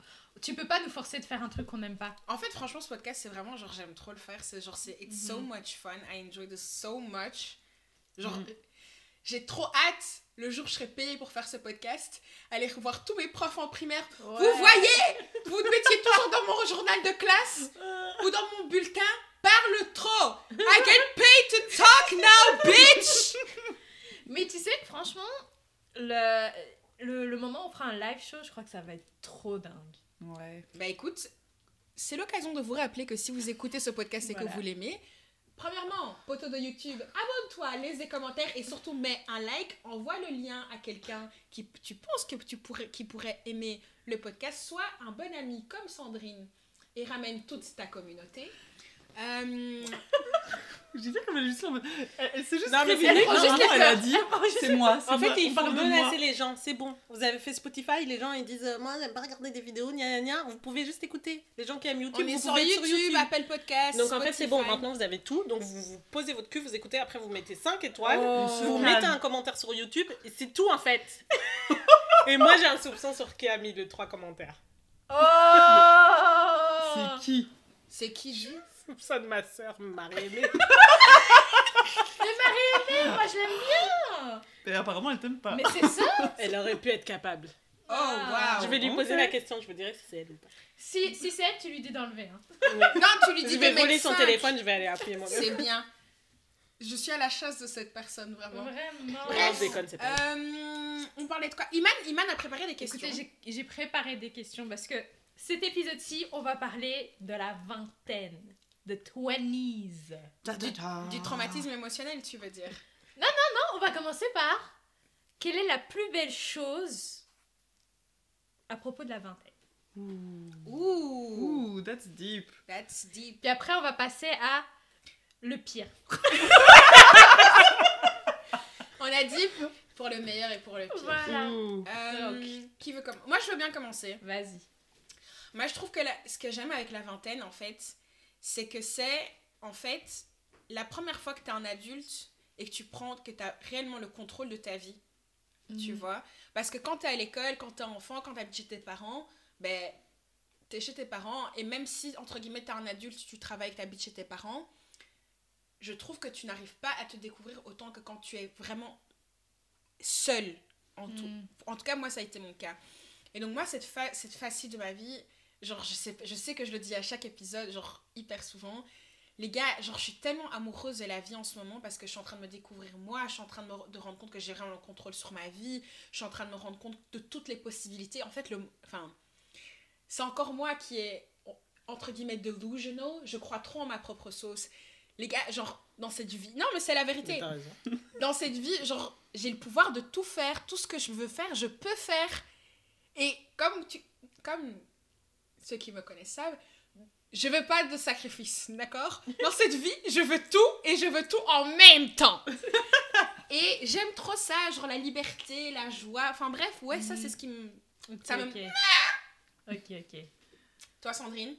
tu peux pas nous forcer de faire un truc qu'on n'aime pas. En fait, franchement, ce podcast, c'est vraiment genre, j'aime trop le faire. C'est genre, it's so much fun. I enjoy this so much. Genre, j'ai trop hâte, le jour où je serai payée pour faire ce podcast, aller revoir tous mes profs en primaire. Vous voyez, vous mettiez toujours dans mon journal de classe ou dans mon bulletin. Parle trop. I get paid to talk now, bitch. Mais tu sais que franchement, le moment où on fera un live show, je crois que ça va être trop dingue. Ouais. Bah écoute, c'est l'occasion de vous rappeler que si vous écoutez ce podcast et Voilà. que vous l'aimez, premièrement, poteau de YouTube, abonne-toi, laisse des commentaires et surtout mets un like, envoie le lien à quelqu'un qui tu penses que qui pourrait aimer le podcast, soit un bon ami comme Sandrine et ramène toute ta communauté. Je disais comme elle est juste là en mode. Elle s'est juste Non, mais réveillée. c'est vrai, Non, juste non, elle a dit c'est moi. c'est En fait, moi, il on faut parle de moi. menacer les gens, c'est bon. Vous avez fait Spotify, les gens ils disent moi j'aime pas regarder des vidéos, gna gna gna. Vous pouvez juste écouter. Les gens qui aiment YouTube, On est vous sur pouvez être YouTube, Apple Podcast, Donc en fait, c'est bon, Spotify. maintenant vous avez tout. Donc vous posez votre cul, vous écoutez, après vous mettez 5 étoiles. Oh. Vous Calme. mettez un commentaire sur YouTube et c'est tout en fait. Et moi j'ai un soupçon sur qui a mis les 3 commentaires. Oh C'est qui? C'est qui dit? Soupçonne ma soeur, Marie-Aimée. Moi, je l'aime bien. Et apparemment, elle t'aime pas. Mais c'est ça. Elle aurait pu être capable. Oh, wow. Je vais lui poser ok. la question, je vous dirai si c'est elle ou pas. Si c'est elle, tu lui dis d'enlever. Hein. Non, tu lui dis Je vais de mettre voler son 5. téléphone, je vais aller appeler moi-même. C'est bien. Je suis à la chasse de cette personne, vraiment. Vraiment. Non, je déconne, c'est pas elle. On parlait de quoi? Iman a préparé des questions. Écoutez, j'ai préparé des questions parce que cet épisode-ci, on va parler de la vingtaine, de 20s. Du traumatisme émotionnel, tu veux dire? Non, on va commencer par quelle est la plus belle chose à propos de la vingtaine. Ouh, Ouh, that's deep. that's deep. Puis après, on va passer à le pire. On a dit Pour le meilleur et pour le pire. Voilà. Qui veut Moi, je veux bien commencer. Vas-y. Moi, je trouve que ce que j'aime avec la vingtaine, en fait, c'est que c'est, en fait, la première fois que tu es un adulte et que tu as réellement le contrôle de ta vie. Tu vois? Parce que quand tu es à l'école, quand tu es enfant, quand tu habites chez tes parents, ben, tu es chez tes parents. Et même si, entre guillemets, tu es un adulte, tu travailles, tu habites chez tes parents, je trouve que tu n'arrives pas à te découvrir autant que quand tu es vraiment seul. En tout cas, moi, ça a été mon cas. Et donc, moi, cette phase-ci de ma vie, genre, je sais que je le dis à chaque épisode, genre, hyper souvent. Les gars, genre, je suis tellement amoureuse de la vie en ce moment parce que je suis en train de me découvrir moi, je suis en train de rendre compte que j'ai vraiment le contrôle sur ma vie, je suis en train de me rendre compte de toutes les possibilités. En fait, c'est encore moi qui est, entre guillemets, delusional. Je crois trop en ma propre sauce. Les gars, genre, dans cette vie... Non, mais c'est la vérité. Mais t'as raison. Dans cette vie, genre, j'ai le pouvoir de tout faire. Tout ce que je veux faire, je peux faire. Et comme ceux qui me connaissent savent, je veux pas de sacrifice, d'accord? Dans cette vie, je veux tout et je veux tout en même temps. Et j'aime trop ça, genre la liberté, la joie. Enfin bref, ouais, ça c'est ce qui me... Ok. Toi, Sandrine?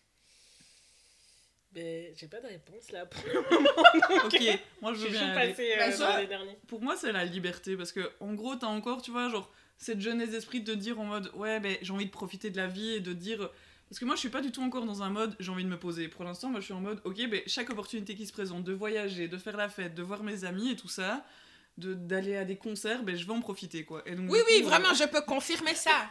Mais j'ai pas de réponse là. Ok, moi je veux bien aller. Passé dans les derniers. Pour moi, c'est la liberté, parce que en gros, t'as encore, tu vois, genre, cette jeunesse d'esprit de te dire en mode, ouais, ben, j'ai envie de profiter de la vie et de dire... Parce que moi, je suis pas du tout encore dans un mode, j'ai envie de me poser. Pour l'instant, moi, je suis en mode, ok, ben, chaque opportunité qui se présente, de voyager, de faire la fête, de voir mes amis et tout ça, d'aller à des concerts, ben, je vais en profiter, quoi. Et donc, Oui, vraiment, je peux confirmer ça.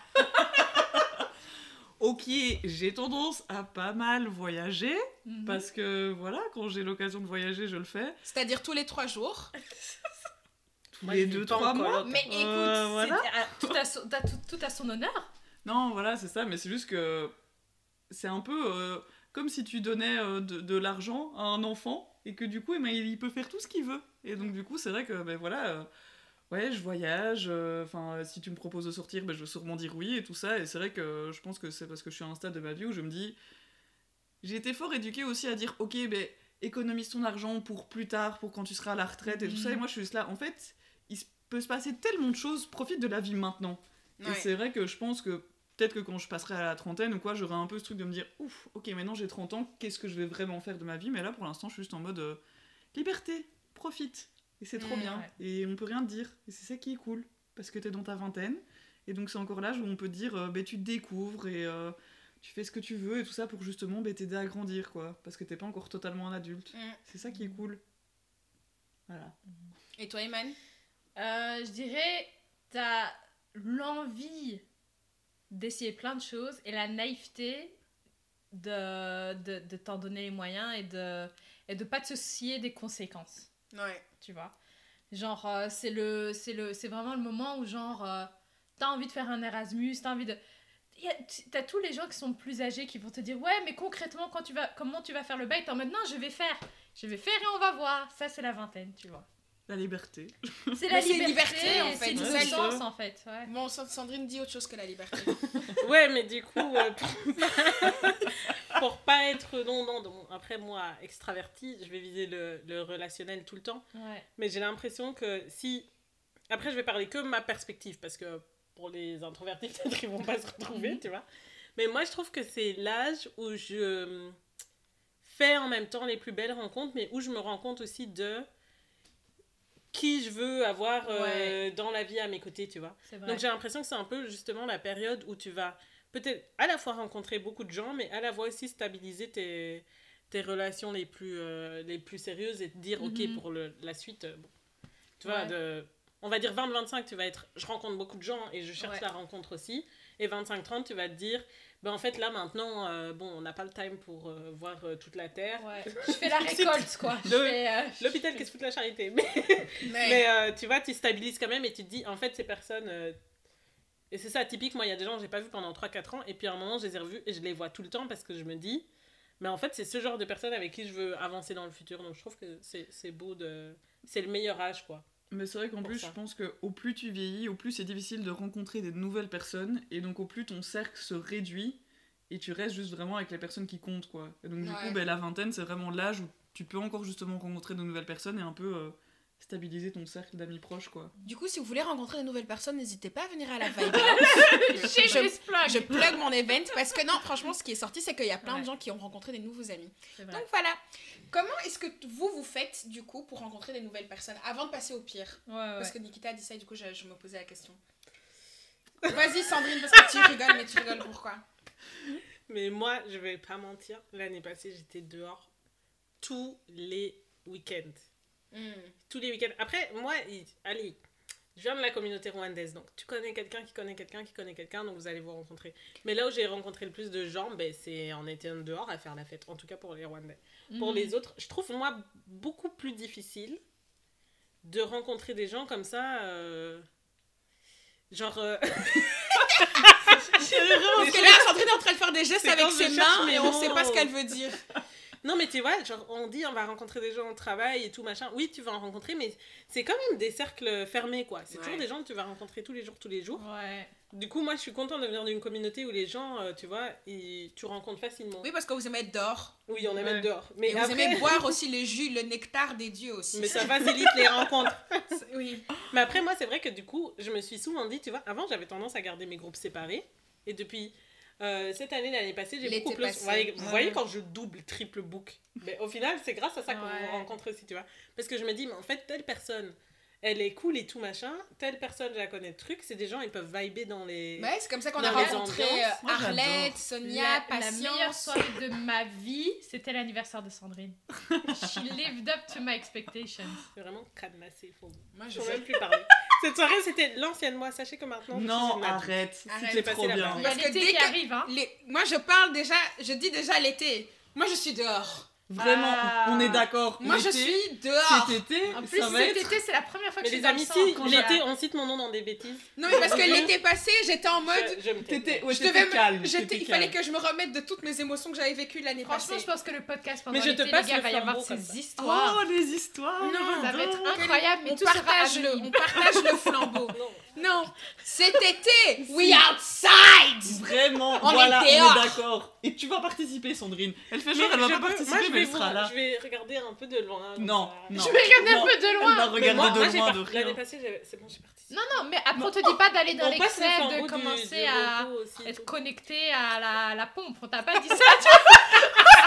Ok, j'ai tendance à pas mal voyager, parce que, voilà, quand j'ai l'occasion de voyager, je le fais. C'est-à-dire tous les 3 jours. Tous les 2-3 mois. Mais écoute, voilà. Tout à son honneur. Non, voilà, c'est ça, mais c'est juste que c'est un peu comme si tu donnais de l'argent à un enfant et que du coup, il peut faire tout ce qu'il veut. Et donc, du coup, c'est vrai que, ben voilà, ouais, je voyage, si tu me proposes de sortir, ben, je vais sûrement dire oui et tout ça. Et c'est vrai que je pense que c'est parce que je suis à un stade de ma vie où je me dis, j'ai été fort éduquée aussi à dire, ok, ben, économise ton argent pour plus tard, pour quand tu seras à la retraite et tout ça. Et moi, je suis juste là, en fait, il peut se passer tellement de choses, profite de la vie maintenant. Ouais. Et c'est vrai que je pense que peut-être que quand je passerai à la trentaine ou quoi, j'aurai un peu ce truc de me dire, ouf, ok, maintenant j'ai 30 ans, qu'est-ce que je vais vraiment faire de ma vie? Mais là, pour l'instant, je suis juste en mode liberté, profite. Et c'est trop bien. Ouais. Et on peut rien te dire. Et c'est ça qui est cool. Parce que t'es dans ta vingtaine. Et donc c'est encore l'âge où on peut te dire, tu te découvres et tu fais ce que tu veux et tout ça pour justement t'aider à grandir, quoi. Parce que t'es pas encore totalement un adulte. C'est ça qui est cool. Voilà. Et toi, Iman? Je dirais, t'as l'envie d'essayer plein de choses et la naïveté de t'en donner les moyens et de pas te soucier des conséquences. Ouais. Tu vois, genre c'est vraiment le moment où genre t'as envie de faire un Erasmus, t'as tous les gens qui sont plus âgés qui vont te dire ouais mais concrètement comment tu vas faire le bail, t'es en mode non je vais faire et on va voir. Ça c'est la vingtaine, tu vois. La liberté. C'est la liberté en fait. C'est l'innocence en fait. Ouais. Bon, Sandrine dit autre chose que la liberté. Ouais, mais du coup, pour pas être après moi, extravertie, je vais viser le relationnel tout le temps. Ouais. Mais j'ai l'impression que si... Après, je vais parler que de ma perspective, parce que pour les introvertis, peut-être qu'ils vont pas se retrouver, tu vois. Mais moi, je trouve que c'est l'âge où je fais en même temps les plus belles rencontres, mais où je me rends compte aussi de qui je veux avoir dans la vie à mes côtés, tu vois. Donc j'ai l'impression que c'est un peu justement la période où tu vas peut-être à la fois rencontrer beaucoup de gens, mais à la fois aussi stabiliser tes relations les plus sérieuses et te dire ok pour la suite, bon, tu vois, on va dire 20-25, tu vas être je rencontre beaucoup de gens et je cherche la rencontre aussi, et 25-30 tu vas te dire ben en fait là maintenant on n'a pas le time pour voir toute la terre. Je fais la récolte quoi. L'hôpital qui se fout de la charité, mais tu vois, tu stabilises quand même et tu te dis en fait ces personnes et c'est ça typique. Moi il y a des gens que j'ai pas vu pendant 3-4 ans et puis à un moment je les ai revus et je les vois tout le temps parce que je me dis mais en fait c'est ce genre de personnes avec qui je veux avancer dans le futur, donc je trouve que c'est beau c'est le meilleur âge quoi. Mais c'est vrai qu'en plus, je pense qu'au plus tu vieillis, au plus c'est difficile de rencontrer des nouvelles personnes, et donc au plus ton cercle se réduit, et tu restes juste vraiment avec les personnes qui comptent, quoi. Et donc du coup, la vingtaine, c'est vraiment l'âge où tu peux encore justement rencontrer de nouvelles personnes et un peu stabiliser ton cercle d'amis proches, quoi. Du coup, si vous voulez rencontrer de nouvelles personnes, n'hésitez pas à venir à la Vibe. Shameless plug. Je plug mon event parce que non, franchement, ce qui est sorti, c'est qu'il y a plein de Ouais. gens qui ont rencontré des nouveaux amis. C'est vrai. Donc voilà. Comment est-ce que vous faites du coup pour rencontrer des nouvelles personnes avant de passer au pire? Ouais. Parce que Nikita a dit ça et du coup, je me posais la question. Vas-y, Sandrine, parce que tu rigoles, mais tu rigoles pourquoi? Mais moi, je vais pas mentir, l'année passée, j'étais dehors tous les week-ends. Tous les week-ends. Après, moi, allez, je viens de la communauté rwandaise, donc tu connais quelqu'un qui connaît quelqu'un qui connaît quelqu'un, donc vous allez vous rencontrer. Mais là où j'ai rencontré le plus de gens, ben, c'est en étant dehors à faire la fête, en tout cas pour les Rwandais. Pour les autres, je trouve, moi, beaucoup plus difficile de rencontrer des gens comme ça, genre... Parce que là, Sandrine est en train de faire des gestes C'est avec quand ses je cherche mains mes et on mots. sait pas ce qu'elle veut dire. Non, mais tu vois, genre, on dit on va rencontrer des gens au travail et tout, machin. Oui, tu vas en rencontrer, mais c'est quand même des cercles fermés, quoi. C'est toujours des gens que tu vas rencontrer tous les jours. Ouais. Du coup, moi, je suis contente de venir d'une communauté où les gens, tu vois, tu rencontres facilement. Oui, parce que vous aimez être dehors. Oui, on aime Ouais. être dehors. Mais Et vous après... aimez boire aussi le jus, le nectar des dieux aussi. Mais ça facilite les rencontres. Oui. Mais après, moi, c'est vrai que du coup, je me suis souvent dit, tu vois, avant, j'avais tendance à garder mes groupes séparés. Et depuis cette année, l'année passée, j'ai L'été beaucoup plus... passé. Vous voyez quand je double, triple book. Mais au final, c'est grâce à ça qu'on Ouais. vous rencontre aussi, tu vois. Parce que je me dis, mais en fait, telle personne, elle est cool et tout, machin. Telle personne, je la connais, le truc. C'est des gens, ils peuvent vibrer dans les... Ouais, c'est comme ça qu'on Dans a les rencontré ambiances. Moi, Arlette, j'adore. Sonia, La meilleure Patience. soirée de ma vie, c'était l'anniversaire de Sandrine. She lived up to my expectations. C'est vraiment cadenassé, Moi, faut même plus parler. Cette soirée, c'était l'ancienne moi. Sachez que maintenant, je suis Non, une adulte. arrête. Arrête. C'est J'ai trop passé la bien. barre. Il y a Parce que l'été dès qui que- arrive, hein. Moi, je parle déjà, je dis déjà l'été. Moi, je suis dehors. Vraiment, Ah. on est d'accord. Moi, je L'été, suis dehors. Cet été, En plus, ça va cet être... été, c'est la première fois que Mais je suis les dans amis, le si, centre. l'été, on cite mon nom dans des bêtises. Non, mais parce que l'été passé, j'étais en mode... Je me tais. T'étais, ouais, Je t'étais devais me- calme. il fallait que je me remette de toutes mes émotions que j'avais vécues l'année Franchement, passée. je pense que le podcast pendant Mais je te l'été, passe les gars, le va y avoir flambeau comme ça. ces histoires. Oh, les histoires. Non, Ça va être j'adore. incroyable, mais on tout sera partage anonyme. on partage le flambeau. Non. Non, cet été, we outside. Vraiment, On est voilà, on dehors. est d'accord. Et tu vas participer, Sandrine. Elle fait genre, elle va pas participer, moi, je mais vais elle sera là. Je vais regarder un peu de loin. comme Non, ça. non. Je vais regarder un Non. peu de Elle loin. va Mais regarder moi, de moi, j'ai loin, pas- de rien. L'année passée, c'est bon, j'ai participé. Non, mais après, on te dit pas d'aller dans On passe le l'excès, flambeau de du- commencer du à repos aussi et être tout. connecté à la pompe. On t'a pas dit ça, tu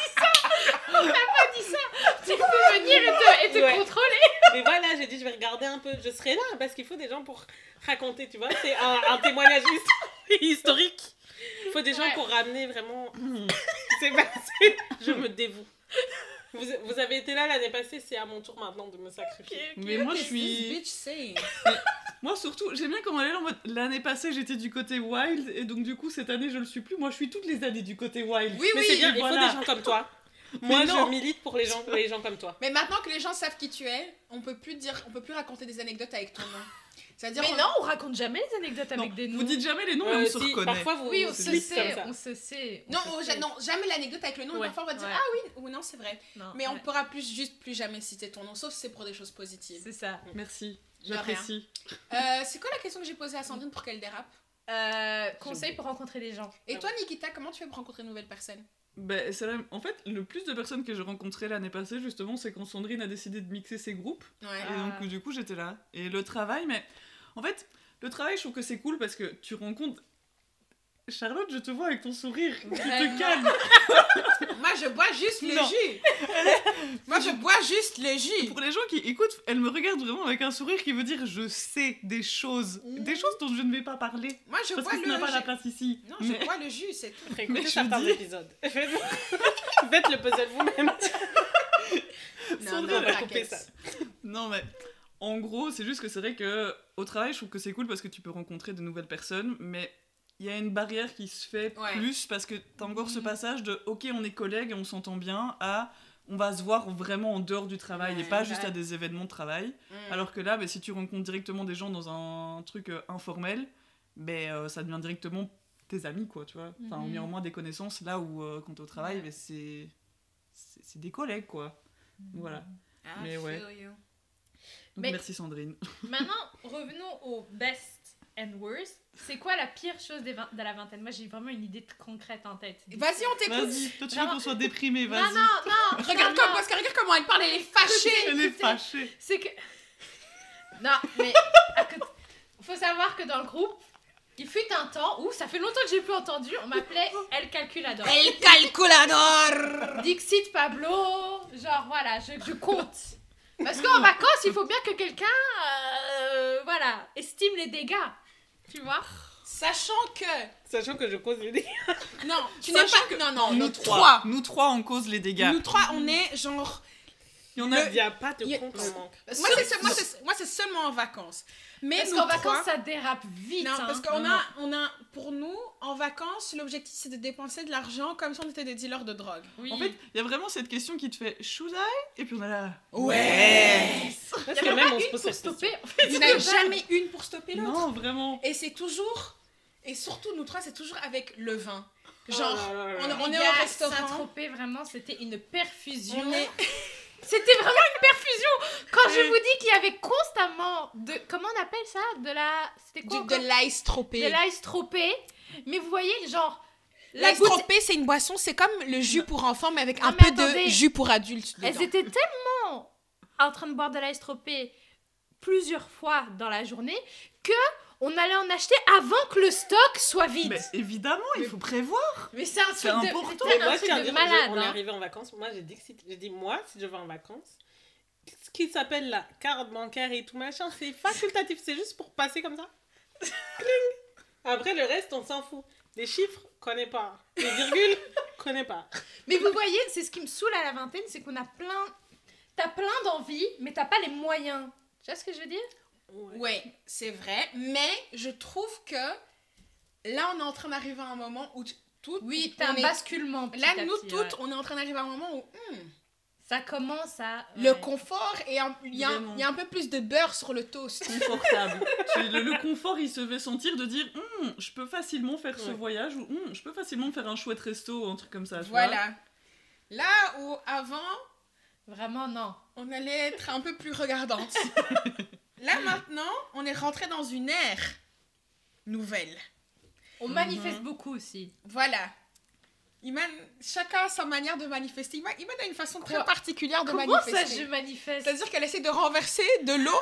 On t'a pas dit ça. Tu peux venir et te Ouais. contrôler. Mais voilà, j'ai dit, je vais regarder un peu. Je serai là parce qu'il faut des gens pour raconter, tu vois. C'est un témoignage historique. Il faut des gens Ouais. pour ramener vraiment ce qui s'est passé. Je me dévoue. Vous avez été là l'année passée, c'est à mon tour maintenant de me sacrifier. Mais moi, je This suis... bitch saying? Moi, surtout, j'aime bien quand elle est là en mode... L'année passée, j'étais du côté wild, et donc, du coup, cette année, je le suis plus. Moi, je suis toutes les années du côté wild. Oui, Mais oui. c'est bien, il voilà. faut des gens comme toi. Moi, non. je milite pour les gens comme toi. Mais maintenant que les gens savent qui tu es, on peut plus raconter des anecdotes avec ton nom. C'est-à-dire Mais non, on raconte jamais les anecdotes Non, avec des noms. vous dites jamais les noms, mais on se Si, reconnaît. parfois, vous Oui, on vous se dites comme sait, ça. on se sait. Non, non, jamais l'anecdote avec le nom. Ouais. Parfois, on va dire Ouais. ah oui ou non, c'est vrai. Non, Mais on ouais. pourra plus jamais citer ton nom, sauf si c'est pour des choses positives. C'est ça. Merci, De rien. j'apprécie. C'est quoi la question que j'ai posée à Sandrine pour qu'elle dérape? Conseil pour rencontrer des gens. Et toi, Nikita, comment tu fais pour rencontrer de nouvelles personnes? Ben, c'est la- En fait, le plus de personnes que j'ai rencontrées l'année passée, justement, c'est quand Sandrine a décidé de mixer ses groupes. Ouais. Et donc, du coup, j'étais là. Et le travail, mais... En fait, le travail, je trouve que c'est cool parce que tu rencontres... Charlotte, je te vois avec ton sourire. Tu Vraiment. te calmes. Moi, je bois juste le Non. jus. Moi, je bois juste le jus. Pour les gens qui écoutent, elle me regarde vraiment avec un sourire qui veut dire je sais des choses. Des choses dont je ne vais pas parler. Moi, je Parce bois que le ça n'a pas la jus. place ici. Non, je Mais- bois le jus, c'est tout. Après, Mais écoutez je certains dis- épisodes. Faites le puzzle vous-même. Sandrine, on va t'inquiète. couper ça. Non, mais en gros, c'est juste que c'est vrai que au travail, je trouve que c'est cool parce que tu peux rencontrer de nouvelles personnes, mais il y a une barrière qui se fait Ouais. plus parce que t'as encore ce passage de ok, on est collègues et on s'entend bien à on va se voir vraiment en dehors du travail et Ouais, pas juste ouais. à des événements de travail. Mm. Alors que là, bah, si tu rencontres directement des gens dans un truc informel, ça devient directement tes amis, quoi, tu vois. Enfin, au Mhm. moins des connaissances, là où quand t'es au travail, Ouais. bah, c'est des collègues, quoi. Voilà. I Mais ouais. feel you. Donc, Mais- merci Sandrine. Maintenant, revenons au best and worse. C'est quoi la pire chose de la vingtaine? Moi, j'ai vraiment une idée concrète en tête. Vas-y, on t'écoute. Vas-y, toi tu veux Vraiment. qu'on soit déprimé, vas-y. Non. Regarde comment elle parle, elle est fâchée. Elle est Écoutez, fâchée. C'est que... Non, mais... Faut savoir que dans le groupe, il fut un temps où, ça fait longtemps que j'ai plus entendu, on m'appelait El Calculador. El calculador. Dixit Pablo, genre voilà, je compte. Parce qu'en vacances, il faut bien que quelqu'un, voilà, estime les dégâts. Tu vois? Sachant que je cause les dégâts. non, tu n'es Sachant pas. Non, Nous trois, on cause les dégâts. Nous trois, on est genre. Il y en a... Il n'y a pas de Il y a- compte en manque. Moi, c'est seulement en vacances. Mais Parce nous qu'en trois. vacances, ça dérape vite. Non, parce hein. qu'on a, pour nous, en vacances, l'objectif c'est de dépenser de l'argent comme si on était des dealers de drogue. Oui. En fait, il y a vraiment cette question qui te fait should I? Et puis on a là. Ouais. Parce il que y en a même pas on se une pose pour cette question. stopper. En fait, Il n'y en a jamais une pour stopper l'autre. Non, vraiment. Et c'est toujours. Et surtout, nous trois, c'est toujours avec le vin. Genre, Oh là là là. on Les est gars, au restaurant. Saint-Tropez, vraiment, c'était une perfusion. On est. C'était vraiment une perfusion. Quand je Ouais. vous dis qu'il y avait constamment de... Comment on appelle ça? De la... C'était quoi De encore? l'ice tropé. De l'ice tropé. Mais vous voyez, genre... L'ice goutte- tropé, c'est une boisson, c'est comme le jus pour enfants, mais avec Non, un mais peu attendez. de jus pour adultes. Elles dedans. étaient tellement en train de boire de l'ice tropé plusieurs fois dans la journée que on allait en acheter avant que le stock soit vide. Mais évidemment, il faut prévoir. Mais c'est un C'est truc de, important. c'était Mais un moi, je truc tiens à de dire, malade. on est hein. arrivé en vacances. Moi, j'ai dit, moi, si je vais en vacances, ce qui s'appelle la carte bancaire et tout machin, c'est facultatif. C'est juste pour passer comme ça. Cling. Après, le reste, on s'en fout. Les chiffres, connais pas. Les virgules, connais pas. Mais vous voyez, c'est ce qui me saoule à la vingtaine, c'est qu'on a plein... T'as plein d'envies, mais t'as pas les moyens. Tu vois ce que je veux dire? Ouais, c'est vrai, mais je trouve que là, on est en train d'arriver à un moment où tout. Oui, t'as un on est- basculement. petit Là, à nous petit, toutes, ouais. on est en train d'arriver à un moment où Ça commence à... le ouais. confort et il y a Vraiment. un peu plus de beurre sur le toast. Confortable. Le confort, il se fait sentir de dire je peux facilement faire ce Ouais. voyage ou je peux facilement faire un chouette resto ou un truc comme ça. tu Voilà. Là où avant, Vraiment, non. on allait être un peu plus regardante. Là maintenant, on est rentré dans une ère nouvelle. On manifeste beaucoup aussi. Voilà. Chacun a sa manière de manifester. Iman a une façon très Quoi particulière de Comment manifester. ça, je manifeste? C'est-à-dire qu'elle essaie de renverser de l'eau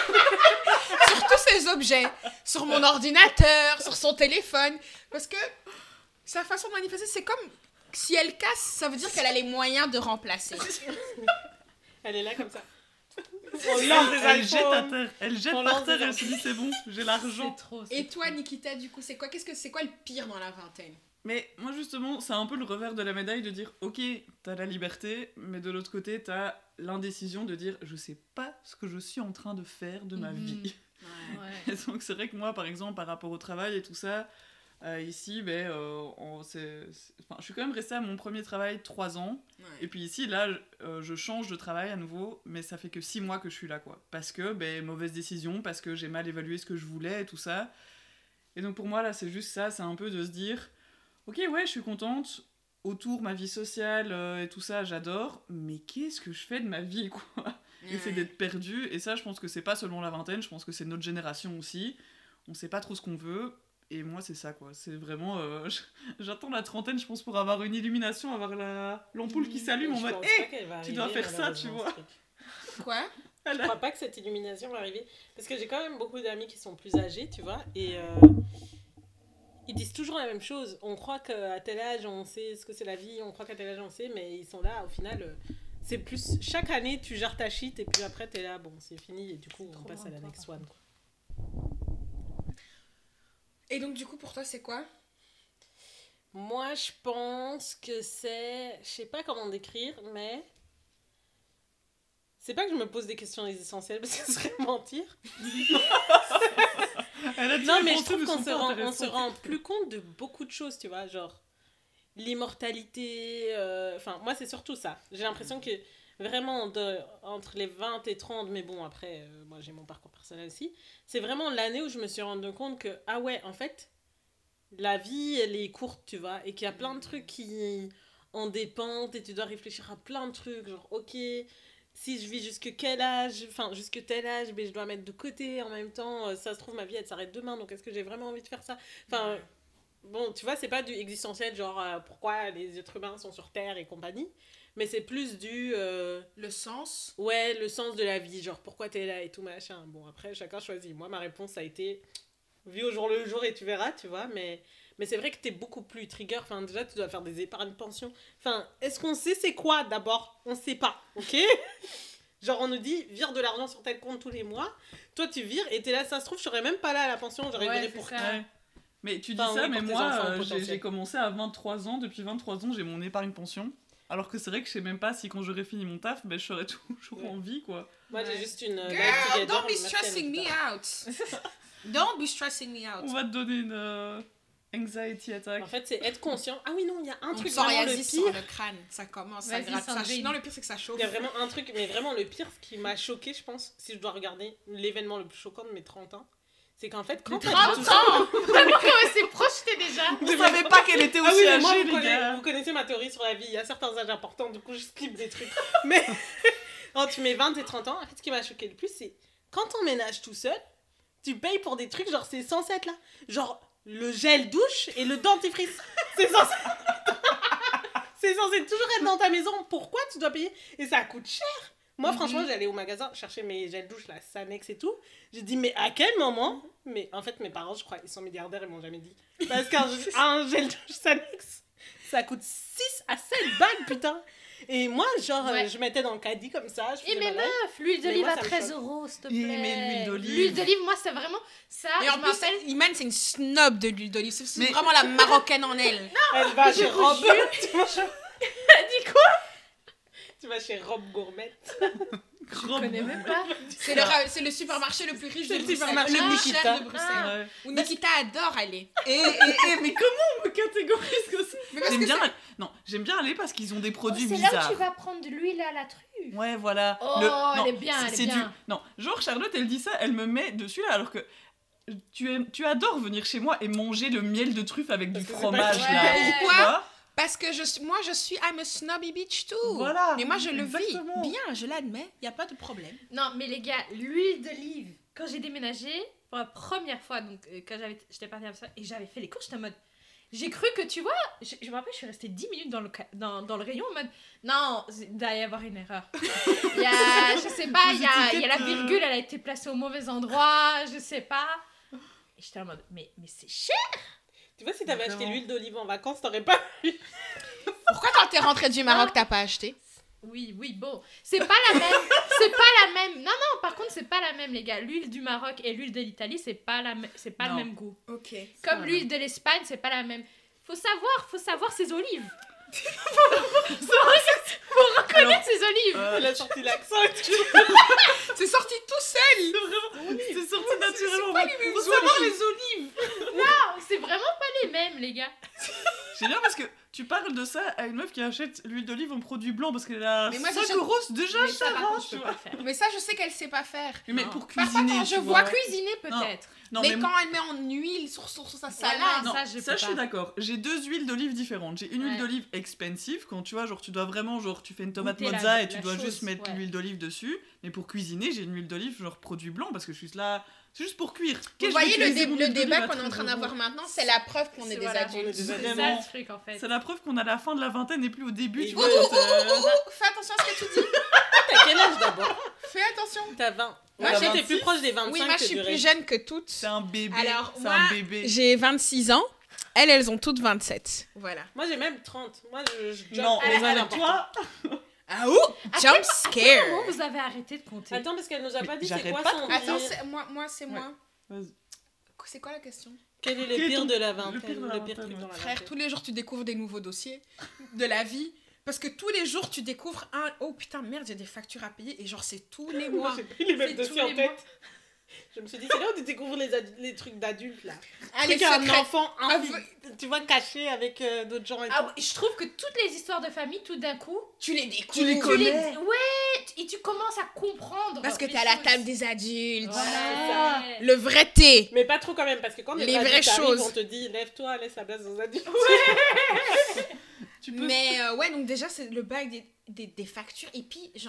sur tous ses objets. Sur mon ordinateur, sur son téléphone. Parce que sa façon de manifester, c'est comme si elle casse, ça veut dire qu'elle a les moyens de remplacer. Elle est là comme ça. On vois. lance des Elle jette à iPhones. terre. Elle jette On par lance terre des et elle se dit c'est bon, j'ai l'argent. C'est trop. Et toi, Nikita, du coup, c'est quoi le pire dans la vingtaine? Mais moi justement, c'est un peu le revers de la médaille de dire ok, t'as la liberté, mais de l'autre côté, t'as l'indécision de dire je sais pas ce que je suis en train de faire de ma Mhm. vie. Ouais. Et donc c'est vrai que moi, par exemple, par rapport au travail et tout ça, ici, enfin, je suis quand même restée à mon premier travail 3 ans. Et puis ici, là, je change de travail à nouveau, mais ça fait que 6 mois que je suis là, quoi. Parce que, mauvaise décision, parce que j'ai mal évalué ce que je voulais et tout ça. Et donc pour moi, là, c'est juste ça, c'est un peu de se dire, ok, ouais, je suis contente, autour, ma vie sociale et tout ça, j'adore, mais qu'est-ce que je fais de ma vie, quoi? Et c'est d'être perdu, et ça, je pense que c'est pas seulement la vingtaine, je pense que c'est notre génération aussi. On sait pas trop ce qu'on veut, et moi, c'est ça, quoi. C'est vraiment... j'attends la trentaine, je pense, pour avoir une illumination, avoir l'ampoule qui s'allume en Je mode pense hé, pas qu'elle va tu dois arriver, faire ça, tu malheureusement, vois. ce truc. Quoi? Je crois pas que cette illumination va arriver. Parce que j'ai quand même beaucoup d'amis qui sont plus âgés, tu vois, et ils disent toujours la même chose. On croit qu'à tel âge, on sait ce que c'est la vie, on croit qu'à tel âge, on sait, mais ils sont là, au final, c'est plus... Chaque année, tu gères ta shit, et puis après, t'es là, bon, c'est fini, et du coup, on trop passe à la loin, next toi, one, quoi. Et donc, du coup, pour toi, c'est quoi? Moi, je pense que c'est... Je sais pas comment décrire, mais... C'est pas que je me pose des questions essentielles, parce que ce serait mentir. Elle a dit Non, les mais je pensées trouve ne qu'on sont se pas rend intéressantes. plus compte de beaucoup de choses, tu vois, genre l'immortalité, enfin moi c'est surtout ça. J'ai l'impression que vraiment entre les 20 et 30, mais bon après, moi j'ai mon parcours personnel aussi, c'est vraiment l'année où je me suis rendu compte que, ah ouais, en fait, la vie elle est courte, tu vois, et qu'il y a plein de trucs qui en dépendent et tu dois réfléchir à plein de trucs, genre ok, si je vis jusque quel âge, enfin jusque tel âge, mais je dois mettre de côté en même temps, ça se trouve ma vie elle s'arrête demain, donc est-ce que j'ai vraiment envie de faire ça? Enfin, bon, tu vois, c'est pas du existentiel, genre pourquoi les êtres humains sont sur Terre et compagnie, mais c'est plus du... Le sens. ouais, le sens de la vie, genre pourquoi t'es là et tout machin. Bon, après, chacun choisit. Moi, ma réponse, ça a été vis au jour le jour et tu verras, tu vois, mais c'est vrai que t'es beaucoup plus trigger. Enfin, déjà, tu dois faire des épargnes pension. Enfin, est-ce qu'on sait c'est quoi d'abord? On sait pas, ok? Genre, on nous dit, vire de l'argent sur tel compte tous les mois. Toi, tu vires et t'es là, ça se trouve, je serais même pas là à la pension, j'aurais viré pour ça. Ouais. Mais tu dis Enfin, ça, oui, mais pour tes moi, enfants potentiels. j'ai commencé à 23 ans. Depuis 23 ans, j'ai mon épargne pension. Alors que c'est vrai que je sais même pas si quand j'aurais fini mon taf, ben, je serais toujours en vie, quoi. Moi, j'ai juste une... life Girl, together, don't be merci, stressing me Anita. out. Don't be stressing me out. On va te donner une anxiety attack. En fait, c'est être conscient. Ah oui, non, il y a un Un truc vraiment le psoriasis pire. sur le crâne, ça commence, ça Vas-y, gratte. Sandrine. Non, le pire c'est que ça chauffe. Il y a vraiment un truc, mais vraiment le pire, ce qui m'a choqué, je pense, si je dois regarder l'événement le plus choquant de mes 30 ans, c'est qu'en fait, quand t'as 30 tout ans ça... Vraiment, comment s'est projeté déjà? Vous savez pas qu'elle était Ah aussi oui, mais moi, âgée, vous, les gars. vous connaissez ma théorie sur la vie, il y a certains âges importants, du coup, je skip des trucs. Mais entre mes 20 et 30 ans, en fait, ce qui m'a choqué le plus, c'est quand on ménage tout seul, tu payes pour des trucs, genre, c'est censé être là. Genre, le gel douche et le dentifrice. C'est censé... c'est censé toujours être dans ta maison. Pourquoi tu dois payer? Et ça coûte cher. Moi, franchement, j'allais au magasin chercher mes gels douche, la Sanex et tout. J'ai dit, mais à quel moment? Mais en fait, mes parents, je crois, ils sont milliardaires, ils m'ont jamais dit. Parce qu'un gel douche Sanex, ça coûte 6 à 7 balles, putain. Et moi, genre, Ouais. je mettais dans le caddie comme ça. Je Et faisais mais ma life. meuf, l'huile Mais d'olive moi, à ça me 13 choque. €, s'il te Oui, plaît. mais l'huile d'olive. L'huile d'olive, moi, c'est vraiment ça. Et je en plus, m'appelle. Iman, c'est une snob de l'huile d'olive. C'est Mais- vraiment la marocaine en elle. Elle va je chez vous Rob. jure. tu Dis quoi? tu vas chez Rob Gourmet. Je connais même pas. C'est le supermarché le plus riche de C'est le Bruxelles. supermarché Le de plus Nikita. cher de Bruxelles. Ah. Ouais. Où Nikita adore aller. Mais comment on me catégorise comme ça? Mais parce J'aime que bien... Non, j'aime bien aller parce qu'ils ont des produits C'est là où bizarres. tu vas prendre de l'huile à la truffe. Ouais, voilà. Oh, non, elle est bien, elle est c'est bien. Non, genre Charlotte, elle dit ça, elle me met dessus là, alors que tu adores venir chez moi et manger le miel de truffe avec Parce du que c'est fromage pas- là. Ouais. Tu Pourquoi vois? Parce que moi, je suis I'm a snobby bitch too. Voilà, Mais moi, je le exactement. vis bien, je l'admets. Il n'y a pas de problème. Non, mais les gars, l'huile d'olive, quand j'ai déménagé, pour la première fois, donc quand j'étais partie à ça, et j'avais fait les courses, j'étais en mode. J'ai cru que, tu vois, je me rappelle, je suis restée 10 minutes dans le rayon en mode. Non, il doit y avoir une erreur. Il y a, je sais pas, il y a la virgule, elle a été placée au mauvais endroit, je sais pas. Et j'étais en mode, mais c'est cher! Tu vois, si t'avais acheté Vraiment. l'huile d'olive en vacances, t'aurais pas... Pourquoi quand t'es rentrée du Maroc, t'as pas acheté? Oui, bon. C'est pas la même. C'est pas la même. Non, par contre, c'est pas la même, les gars. L'huile du Maroc et l'huile de l'Italie, c'est pas le Non. même goût. Ok. Comme la l'huile de l'Espagne, c'est pas la même. Faut savoir ses olives. Connaître ses olives. Elle a sorti l'accent et tout. C'est sorti tout seul. C'est sorti naturellement. pas les mêmes Faut savoir olives. les olives. Non, c'est vraiment pas les mêmes, les gars. C'est bien parce que tu parles de ça à une meuf qui achète l'huile d'olive en produit blanc parce qu'elle a Mais moi, 5 j'achète- € déjà Mais ça, cher, par hein, contre, je tu peux vois. pas faire. Mais ça, je sais qu'elle sait pas faire. Mais Non. pour Par cuisiner, contre, tu je vois. vois Cuisiner, peut-être. Non, mais mais quand elle met en huile sur sa salade. non, non, ça, je peux ça, je suis pas. d'accord. J'ai 2 huiles d'olive différentes. J'ai une huile Ouais. d'olive expensive, quand tu vois, genre tu dois vraiment, genre tu fais une tomate Goûter mozza la- et tu la dois chose, juste mettre ouais. l'huile d'olive dessus. Mais pour cuisiner, j'ai une huile d'olive genre produit blanc parce que je suis là, c'est juste pour cuire. Vous je vais voyez utiliser mon le huile débat d'olive à qu'on est en train 13 d'avoir €. maintenant, c'est la preuve qu'on est des Voilà, on est adultes. des C'est adultes. ça Vraiment. le truc, en fait. C'est la preuve qu'on a la fin de la vingtaine et plus au début. Et Tu vous- vois, quand, Fais attention à ce que tu dis. T'as quel âge d'abord? Fais attention. T'as 20. Moi, Moi, j'ai- t'es plus proche des 25 Oui, moi, je que suis du plus reste. jeune que toutes. c'est un bébé. Alors, c'est moi, un bébé. J'ai 26 ans. Elles ont toutes 27. Voilà. Moi, j'ai même 30. Moi, je jump Non, les âges mais importants. toi, Ah ouh, jump Comment scare. vous avez arrêté de compter? Attends, parce qu'elle nous a Mais pas dit c'est j'arrête quoi pas de son compter. pire. Attends, moi, c'est Ouais. moi. Vas-y. C'est quoi la question? Quel est Quel le est pire ton- de la le vingtaine? pire de la Le pire vingtaine, truc dans la Frère, vingtaine. tous les jours, tu découvres des nouveaux dossiers de la vie. Parce que tous les jours, tu découvres un... Oh putain, merde, j'ai des factures à payer. Et genre, c'est tous les Moi, mois. j'ai pris les mêmes C'est dossiers tous en les tête. mois. Je me suis dit, c'est là où tu découvres les trucs d'adultes, là. Allez, Truc à un secret. enfant, Ah, tu vois, caché avec d'autres gens et Ah tout. ouais, je trouve que toutes les histoires de famille, tout d'un coup, Tu les découvres. Tu les connais. Ouais, et tu commences à comprendre. Parce que les t'es à la choses. table des adultes. Voilà. Le vrai thé. Mais pas trop quand même, parce que quand Les les vraies adultes arrivent, choses. on te dit, lève-toi, laisse la place aux adultes. Tu peux. Mais ouais, donc déjà, c'est le bail des factures. Et puis, genre,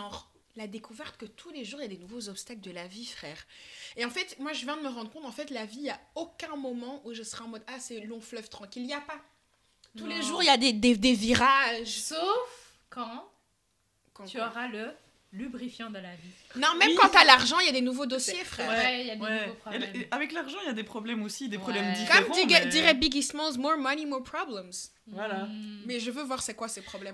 la découverte que tous les jours, il y a des nouveaux obstacles de la vie, frère. Et en fait, moi, je viens de me rendre compte, en fait, la vie, il n'y a aucun moment où je serai en mode, ah, c'est long fleuve tranquille. Il n'y a pas. Tous les jours, il y a des virages. Sauf quand Quand tu quoi auras le lubrifiant de la vie. Non, même Oui. quand t'as l'argent, il y a des nouveaux dossiers, frère. Ouais, il y a des Ouais. nouveaux problèmes. Et avec l'argent, il y a des problèmes aussi, des Ouais. problèmes Comme différents. Comme mais- dirait Biggie Smalls, more money, more problems. Voilà. Mais je veux voir c'est quoi ces problèmes.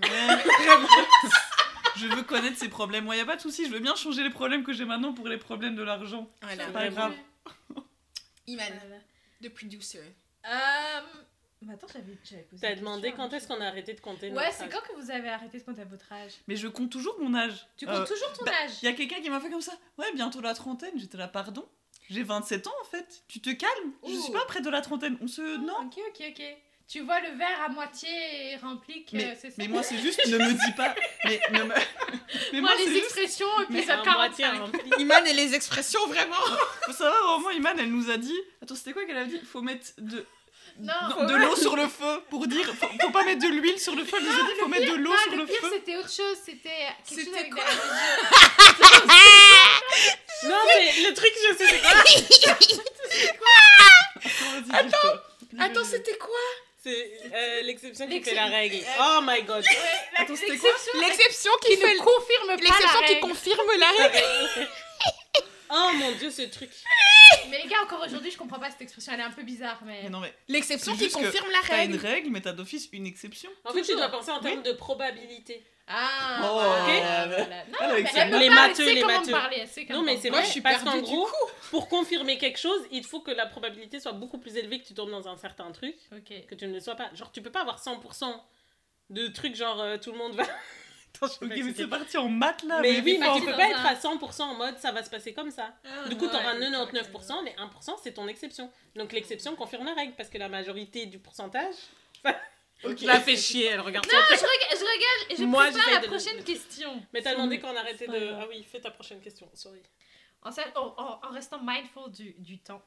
Je veux connaître ces problèmes. Moi, il n'y a pas de souci, je veux bien changer les problèmes que j'ai maintenant pour les problèmes de l'argent. Voilà. C'est pas grave. Iman, Voilà. the producer. Mais attends, j'avais posé. T'as une demandé question, quand est-ce qu'on a arrêté de compter Ouais, notre c'est âge. quand que vous avez arrêté de compter votre âge? Mais je compte toujours mon âge. Tu comptes toujours ton âge? Il y a quelqu'un qui m'a fait comme ça. Ouais, bientôt la trentaine. J'étais là, pardon. J'ai 27 ans en fait. Tu te calmes. Je suis Ouh. pas près de la trentaine. On se. Non. Ok. Tu vois le verre à moitié rempli que c'est ça? Mais moi, c'est juste, ne me dis pas. Mais, ne me... mais Moi, moi, les c'est juste. expressions, Mais épisode À moitié 45. rempli. Iman et les expressions, vraiment. Faut savoir, vraiment, Iman, elle nous a dit. Attends, c'était quoi qu'elle a dit? Faut mettre Non, de l'eau sur le feu pour dire. Faut pas mettre de l'huile sur le feu. Elle nous a dit, faut mettre de l'eau sur le le pire, feu. c'était autre chose. C'était quelque chose C'était avec quoi des réseaux. Non, mais le truc, je sais, c'est quoi? Attends, c'était quoi C'est l'exception qui fait L'excep- la règle. Oh my god. Attends, c'était quoi? L'exception qui qui fait ne confirme pas l'exception la qui règle. confirme la règle. Oh mon dieu, ce truc. Mais les gars, encore aujourd'hui, je comprends pas cette expression. Elle est un peu bizarre, mais... Mais non, mais L'exception C'est qui juste que confirme la t'as une règle. règle, mais t'as d'office une exception. En fait, tu dois penser en termes de probabilité. Ah, Oh, voilà, ok. voilà. Non, Avec mais ça. elle peut Les pas, elle matheux, sait les comment matheux. parler, elle sait comment Non, mais c'est Moi, vrai, je suis parce perdue qu'en du gros, coup. pour confirmer quelque chose, il faut que la probabilité soit beaucoup plus élevée que tu tombes dans un certain truc, Ok. que tu ne le sois pas. Genre, tu peux pas avoir 100% de trucs genre tout le monde va. Attends, je sais pas Ok, mais expliquer. c'est parti en maths là. Mais oui, mais parti tu peux dans pas un- être à 100% en mode ça va se passer comme ça. Du coup, Ouais, t'auras ok, 99%, les 1% c'est ton exception. Donc l'exception confirme la règle parce que la majorité du pourcentage. Ok. Je la fais chier, elle regarde Non, son je regarde et je Moi, prépare j'essaie la de- prochaine question. Mais t'as demandé qu'on arrêtait C'est de. pas grave. Ah oui, fais ta prochaine question, sorry. En restant mindful du temps.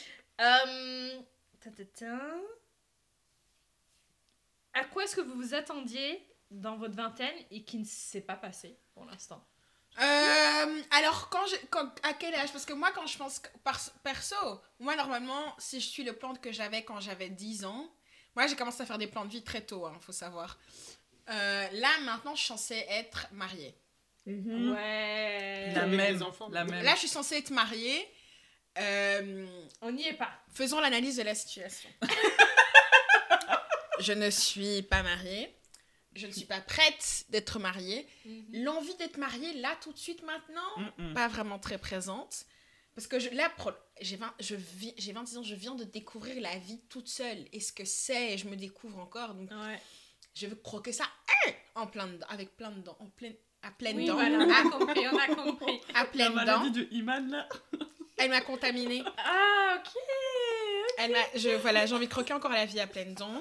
À quoi est-ce que vous vous attendiez dans votre vingtaine et qui ne s'est pas passé pour l'instant? Alors, à quel âge? Parce que moi, quand je pense perso, moi, normalement, si je suis le plan que j'avais quand j'avais 10 ans, moi, j'ai commencé à faire des plans de vie très tôt, faut savoir. Là, maintenant, je suis censée être mariée. Ouais. La Avec même. des enfants. La même. Là, je suis censée être mariée. On n'y est pas. Faisons l'analyse de la situation. Je ne suis pas mariée. Je ne suis pas prête d'être mariée. L'envie d'être mariée, là, tout de suite, maintenant, pas vraiment très présente. Parce que j'ai 26 ans, je viens de découvrir la vie toute seule. Et ce que c'est, et je me découvre encore. Donc, Ouais. je veux croquer ça en plein dedans, avec plein de dents, à pleines Oui, dents. voilà, on a compris, on a compris. À La pleines maladie dents. de Iman là. Elle m'a contaminée. Ah, ok. J'ai envie de croquer encore la vie à pleines dents.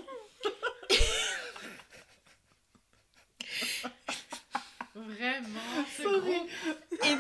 Vraiment, c'est Sorry. gros. Et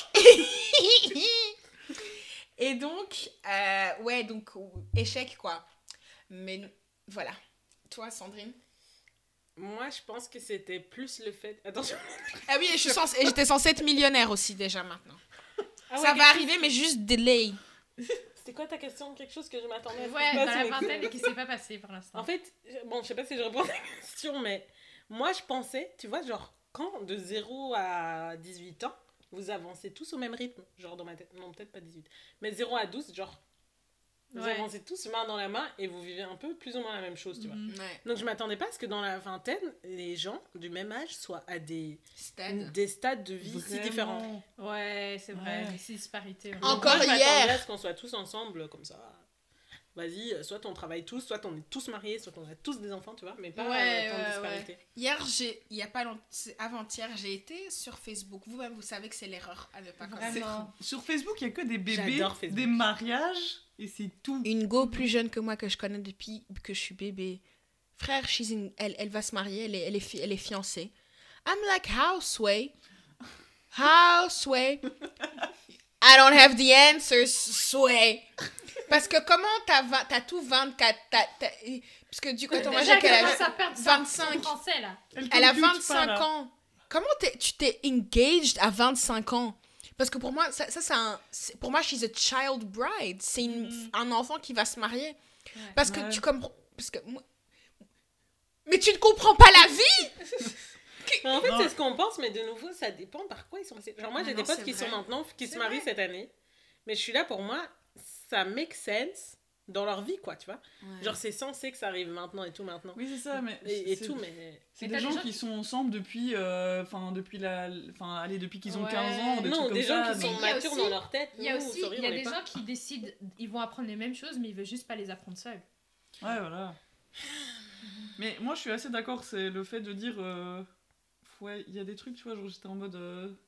donc, ouais, donc, échec, quoi. Mais voilà. Toi, Sandrine? Moi, je pense que c'était plus le fait. Attention. Ah oui, j'étais censée être millionnaire aussi, déjà, maintenant. Ah ouais, Ça va quelque chose- arriver, mais juste delay. C'était quoi ta question? Quelque chose que je m'attendais à ce Ouais, qui se dans passe, la mais- vingtaine et qui s'est pas passé pour l'instant. En fait, bon, je sais pas si je réponds à ta question, mais moi, je pensais, tu vois, genre, quand de 0 à 18 ans, vous avancez tous au même rythme, genre dans ma tête, non, peut-être pas 18, mais 0 à 12, genre, vous Ouais. avancez tous main dans la main et vous vivez un peu plus ou moins la même chose, tu vois. Ouais. Donc, je m'attendais pas à ce que dans la vingtaine, les gens du même âge soient à des stades de vie si différents. Ouais, c'est vrai, Ouais. les disparités. Donc, Encore moi, je hier. m'attendais à ce qu'on soit tous ensemble comme ça. Vas-y, soit on travaille tous, soit on est tous mariés, soit on a tous des enfants, tu vois, mais pas Ouais, tant de ouais, disparité. Hier, il y a pas longtemps, avant-hier, j'ai été sur Facebook. Vous-même, vous savez que c'est l'erreur à ne pas connaître. Vraiment. Sur Facebook, il y a que des bébés, J'adore Facebook. des mariages et c'est tout. Une go plus jeune que moi, que je connais depuis que je suis bébé. Frère, elle va se marier, elle est fiancée. I'm like, how, Sway? How, Sway? I don't have the answers, Sway. Parce que comment t'as tout 24, parce que du coup, attends, moi j'ai Déjà quel qu'elle âge? commence à perdre 25. son français, là. Elle a compute pas, 25 là. ans. comment tu t'es engaged à 25 ans? Parce que pour moi, pour moi, she's a child bride. C'est un enfant qui va se marier. Ouais. Parce que tu comprends... Parce que mais tu ne comprends pas la vie! Mais en fait, c'est ce qu'on pense, mais de nouveau, ça dépend par quoi ils sont... Genre, moi, j'ai des potes qui vrai. sont maintenant, qui se C'est marient vrai. cette année. Mais je suis là, pour moi, ça make sense dans leur vie, quoi, tu vois. Genre, c'est censé que ça arrive maintenant et tout, maintenant. Oui, c'est ça, mais... Et tout, mais... C'est Mais des t'as gens qui sont ensemble depuis... depuis qu'ils ont 15 ans, des Non, trucs des comme gens ça. qui sont Mais il y a matures aussi- dans leur tête. Il y a Nous, aussi sorry, il y a on l'est des pas. gens qui décident, ils vont apprendre les mêmes choses, mais ils veulent juste pas les apprendre seuls. Ouais, voilà. Mais moi, je suis assez d'accord, c'est le fait de dire... Ouais, il y a des trucs, tu vois, genre j'étais en mode...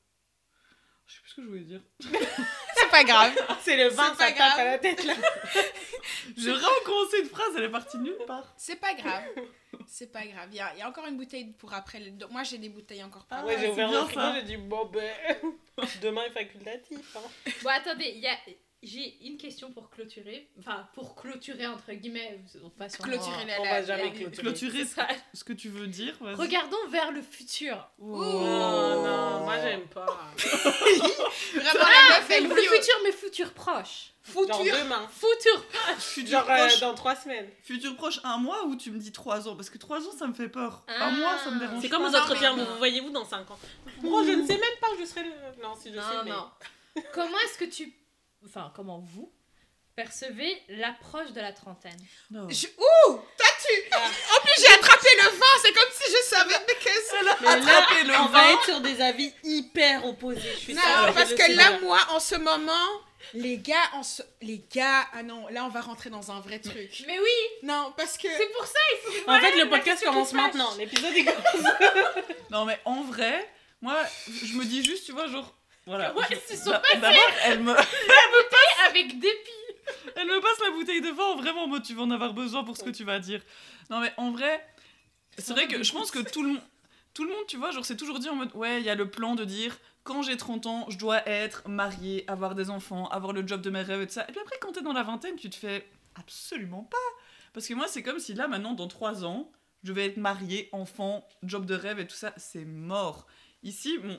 Je sais plus ce que je voulais dire. C'est pas grave. C'est le vin, C'est pas ça tape à grave. la tête, là. J'ai recommencé une phrase, elle est partie de nulle part. C'est pas grave. C'est pas grave. Il y a encore une bouteille pour après. Moi, j'ai des bouteilles encore pour Ah Ouais, ouais, j'ai c'est ouvert bien le frigo, ça. j'ai dit, bon, ben... Demain est facultatif, hein. Bon, attendez, j'ai une question pour clôturer. Enfin, pour clôturer, entre guillemets. On passe sur clôturer On va jamais la- clôturer. Clôturer C'est ça. ce que tu veux dire, vas-y. Regardons vers le futur. Oh non, moi, j'aime pas. Vraiment, la meuf, elle Le vit au futur, mais futur proche. Genre futur. demain. Futur. Futur Genre proche, dans 3 semaines. futur proche, 1 mois ou tu me dis 3 ans? Parce que 3 ans, ça me fait peur. Ah. 1 mois, ça me dérange C'est pas. comme aux Non, entretiens, mais- vous voyez-vous dans 5 ans? Moi, je ne sais même pas où je serai le... Non, si je sais, Non, mais... non. Comment est-ce que tu... Enfin, comment vous percevez l'approche de la trentaine? Non. Ouh! En plus, j'ai attrapé le vin. C'est comme si je savais que Elle a Mais attrapé là, le on va vin. être sur des avis hyper opposés. Je suis Non, sûre parce je que sais là, déjà. moi, en ce moment, les gars, ah non, là, on va rentrer dans un vrai truc. Mais oui, Non, parce que... c'est pour ça, il faut... En fait, le la podcast question qui commence fâche. maintenant. L'épisode, il commence. Non, mais en vrai, moi, je me dis juste, tu vois, genre... Voilà. Ouais, c'est son D'abord, elle me avec dépit. passe la bouteille de vin, vraiment, en mode, tu vas en avoir besoin pour ce que tu vas dire. Non, mais en vrai, c'est vrai que je pense que tout le monde, tu vois, genre, c'est toujours dit en mode, ouais, il y a le plan de dire, quand j'ai 30 ans, je dois être mariée, avoir des enfants, avoir le job de mes rêves et tout ça. Et puis après, quand t'es dans la vingtaine, tu te fais absolument pas. Parce que moi, c'est comme si là, maintenant, dans 3 ans, je vais être mariée, enfant, job de rêve et tout ça, c'est mort. Ici, bon,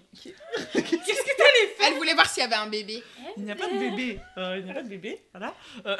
Elle voulait voir s'il y avait un bébé. il n'y a pas de bébé. Il n'y a pas de bébé, voilà.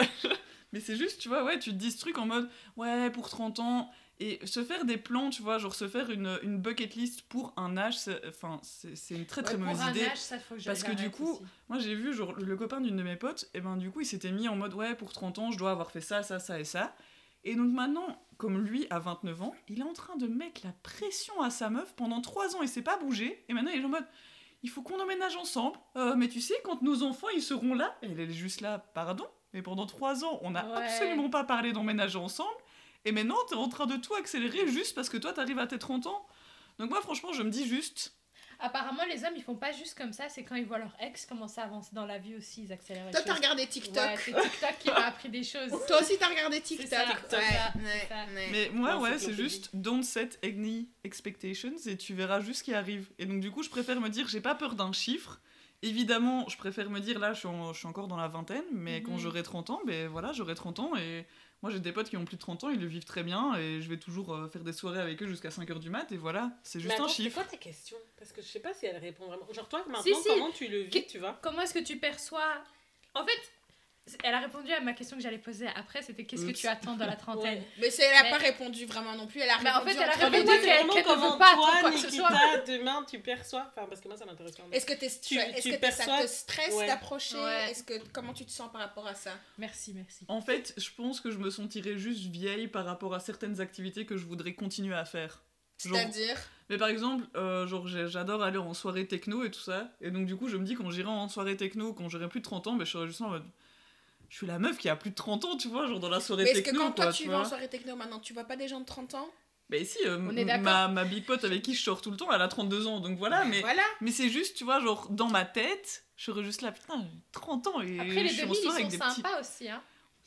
Mais c'est juste, tu vois, ouais, tu te dis ce truc en mode, ouais, pour 30 ans, et se faire des plans, tu vois, genre se faire une bucket list pour un âge, c'est une très très Pour mauvaise un idée. âge, ça faut que Parce que du j'arrête coup, aussi. Moi, j'ai vu, genre, le copain d'une de mes potes, et ben du coup, il s'était mis en mode, ouais, pour 30 ans, je dois avoir fait ça, ça, ça et ça. Et donc maintenant, comme lui, à 29 ans, il est en train de mettre la pression à sa meuf pendant 3 ans, il s'est pas bougé, et maintenant il est en mode, il faut qu'on emménage ensemble, mais tu sais, quand nos enfants, ils seront là, et elle est juste là, pardon, mais pendant 3 ans, on n'a Ouais. absolument pas parlé d'emménager ensemble, et maintenant, t'es en train de tout accélérer juste parce que toi, t'arrives à tes 30 ans. Donc moi, franchement, je me dis juste... Apparemment, les hommes, ils font pas juste comme ça, c'est quand ils voient leur ex commencer à avancer dans la vie aussi, ils accélèrent les Toi, t'as choses. regardé TikTok. Ouais, c'est TikTok qui m'a appris des choses. Toi aussi, t'as regardé C'est TikTok. ça, Ouais, c'est ça, ouais, c'est ça. ouais. Mais moi, Non, ouais, c'est c'est Clopédie. juste don't set any expectations et tu verras juste ce qui arrive. Et donc, du coup, je préfère me dire, j'ai pas peur d'un chiffre. Évidemment, je préfère me dire, là, je suis encore dans la vingtaine, mais quand Mhm. j'aurai 30 ans, ben voilà, j'aurai 30 ans. Et moi, j'ai des potes qui ont plus de 30 ans, ils le vivent très bien et je vais toujours faire des soirées avec eux jusqu'à 5h du mat. Et voilà, c'est juste Mais attends, un c'est chiffre. quoi ta question? Parce que je sais pas si elle répond vraiment. Genre, toi, maintenant, Si. comment tu le vis, tu vois? Comment est-ce que tu perçois... En fait, elle a répondu à ma question que j'allais poser après, c'était qu'est-ce que Oups. tu attends dans la trentaine. Ouais. Mais elle a Mais- pas répondu vraiment non plus. Elle a Mais en répondu fait, elle a entre les répondu deux. qu'elle- Vraiment, ne comment veut pas toi, attendre quoi que ce Nikita, demain, tu perçois... Enfin, parce que moi, ça m'intéresse quand même. Est-ce que, Tu ça perçois- te stresse Ouais. d'approcher? Ouais. Comment tu te sens par rapport à ça? Merci, merci. En fait, je pense que je me sentirais juste vieille par rapport à certaines activités que je voudrais continuer à faire. Genre- C'est-à-dire? Mais par exemple, genre j'adore aller en soirée techno et tout ça. Et donc du coup, je me dis quand j'irai en soirée techno, quand j'aurai plus de 30 ans, ben, je serai juste en mode... Je suis la meuf qui a plus de 30 ans, tu vois, genre dans la soirée Mais est-ce que techno, quand quoi, toi tu vas en vois. soirée techno maintenant, tu vois pas des gens de 30 ans? Mais si, On est d'accord. ma big pote avec qui je sors tout le temps, elle a 32 ans, donc voilà. Voilà. Mais c'est juste, tu vois, genre dans ma tête, je serais juste là, putain, j'ai 30 ans et Après, je les suis en demi, ils soirée sont avec des petits... sympas aussi, hein.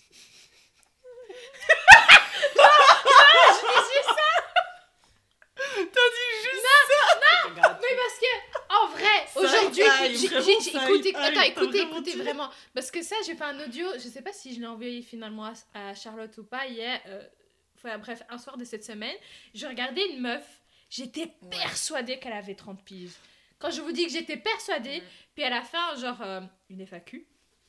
C'est gratuit. Mais parce que, en vrai, Ça aujourd'hui, aille, vraiment, ça aille, écoutez, aille, attends, t'as vraiment écoutez dit. vraiment. Parce que ça, j'ai fait un audio, je sais pas si je l'ai envoyé finalement à Charlotte ou pas, hier, enfin, bref, un soir de cette semaine, je regardais une meuf, J'étais persuadée qu'elle avait 30 piges. Quand je vous dis que j'étais persuadée, puis elle a fait une FAQ.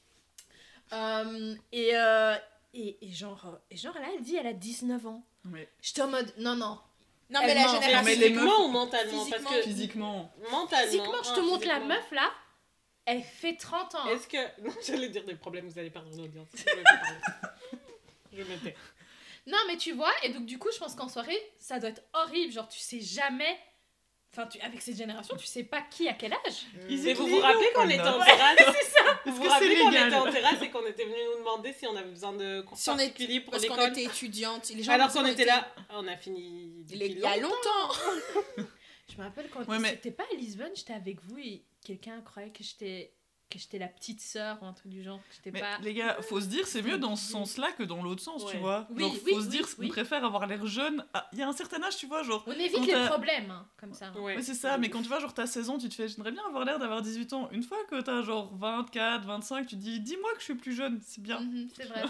Et là, elle dit elle a 19 ans. Mais J'étais en mode, non. Non, Elle mais la ment. génération. Mais les Physiquement ou mentalement? Physiquement. Parce que physiquement. mentalement. Physiquement, je te montre la physiquement. meuf là, elle fait 30 ans. Est-ce que. Non, j'allais dire des problèmes, vous allez perdre l'audience. Je vais pas parler. Je me tais. Non, mais tu vois, et donc du coup, je pense qu'en soirée, ça doit être horrible. Genre, tu sais jamais. Enfin, avec cette génération, tu sais pas qui à quel âge. Mais vous vous rappelez qu'on était en terrasse? C'est ça. Vous Est-ce vous que rappelez c'est qu'on légal? était en terrasse et qu'on était venu nous demander si on avait besoin de cours Si on est- particuliers pour Parce qu'on l'école? était étudiante. Les gens Alors pensaient qu'on qu'on était là, on a fini Il y a longtemps. Je me rappelle quand Ouais, mais- c'était pas à Lisbonne, j'étais avec vous et quelqu'un croyait que j'étais la petite sœur ou un truc du genre. Que j'étais Mais pas. les gars, faut se dire, c'est mieux dans ce sens-là que dans l'autre sens, tu Ouais. vois. Oui, Genre, oui, faut se dire, oui. on préfère avoir l'air jeune. Il y a un certain âge, tu vois, genre. On évite Quand les t'as- problèmes, hein, comme ça. Ouais, Ouais, c'est ça, mais quand tu vois, genre, t'as 16 ans, tu te fais, j'aimerais bien avoir l'air d'avoir 18 ans. Une fois que t'as genre 24, 25, tu te dis, dis-moi que je suis plus jeune, c'est bien. Mhm, c'est vrai.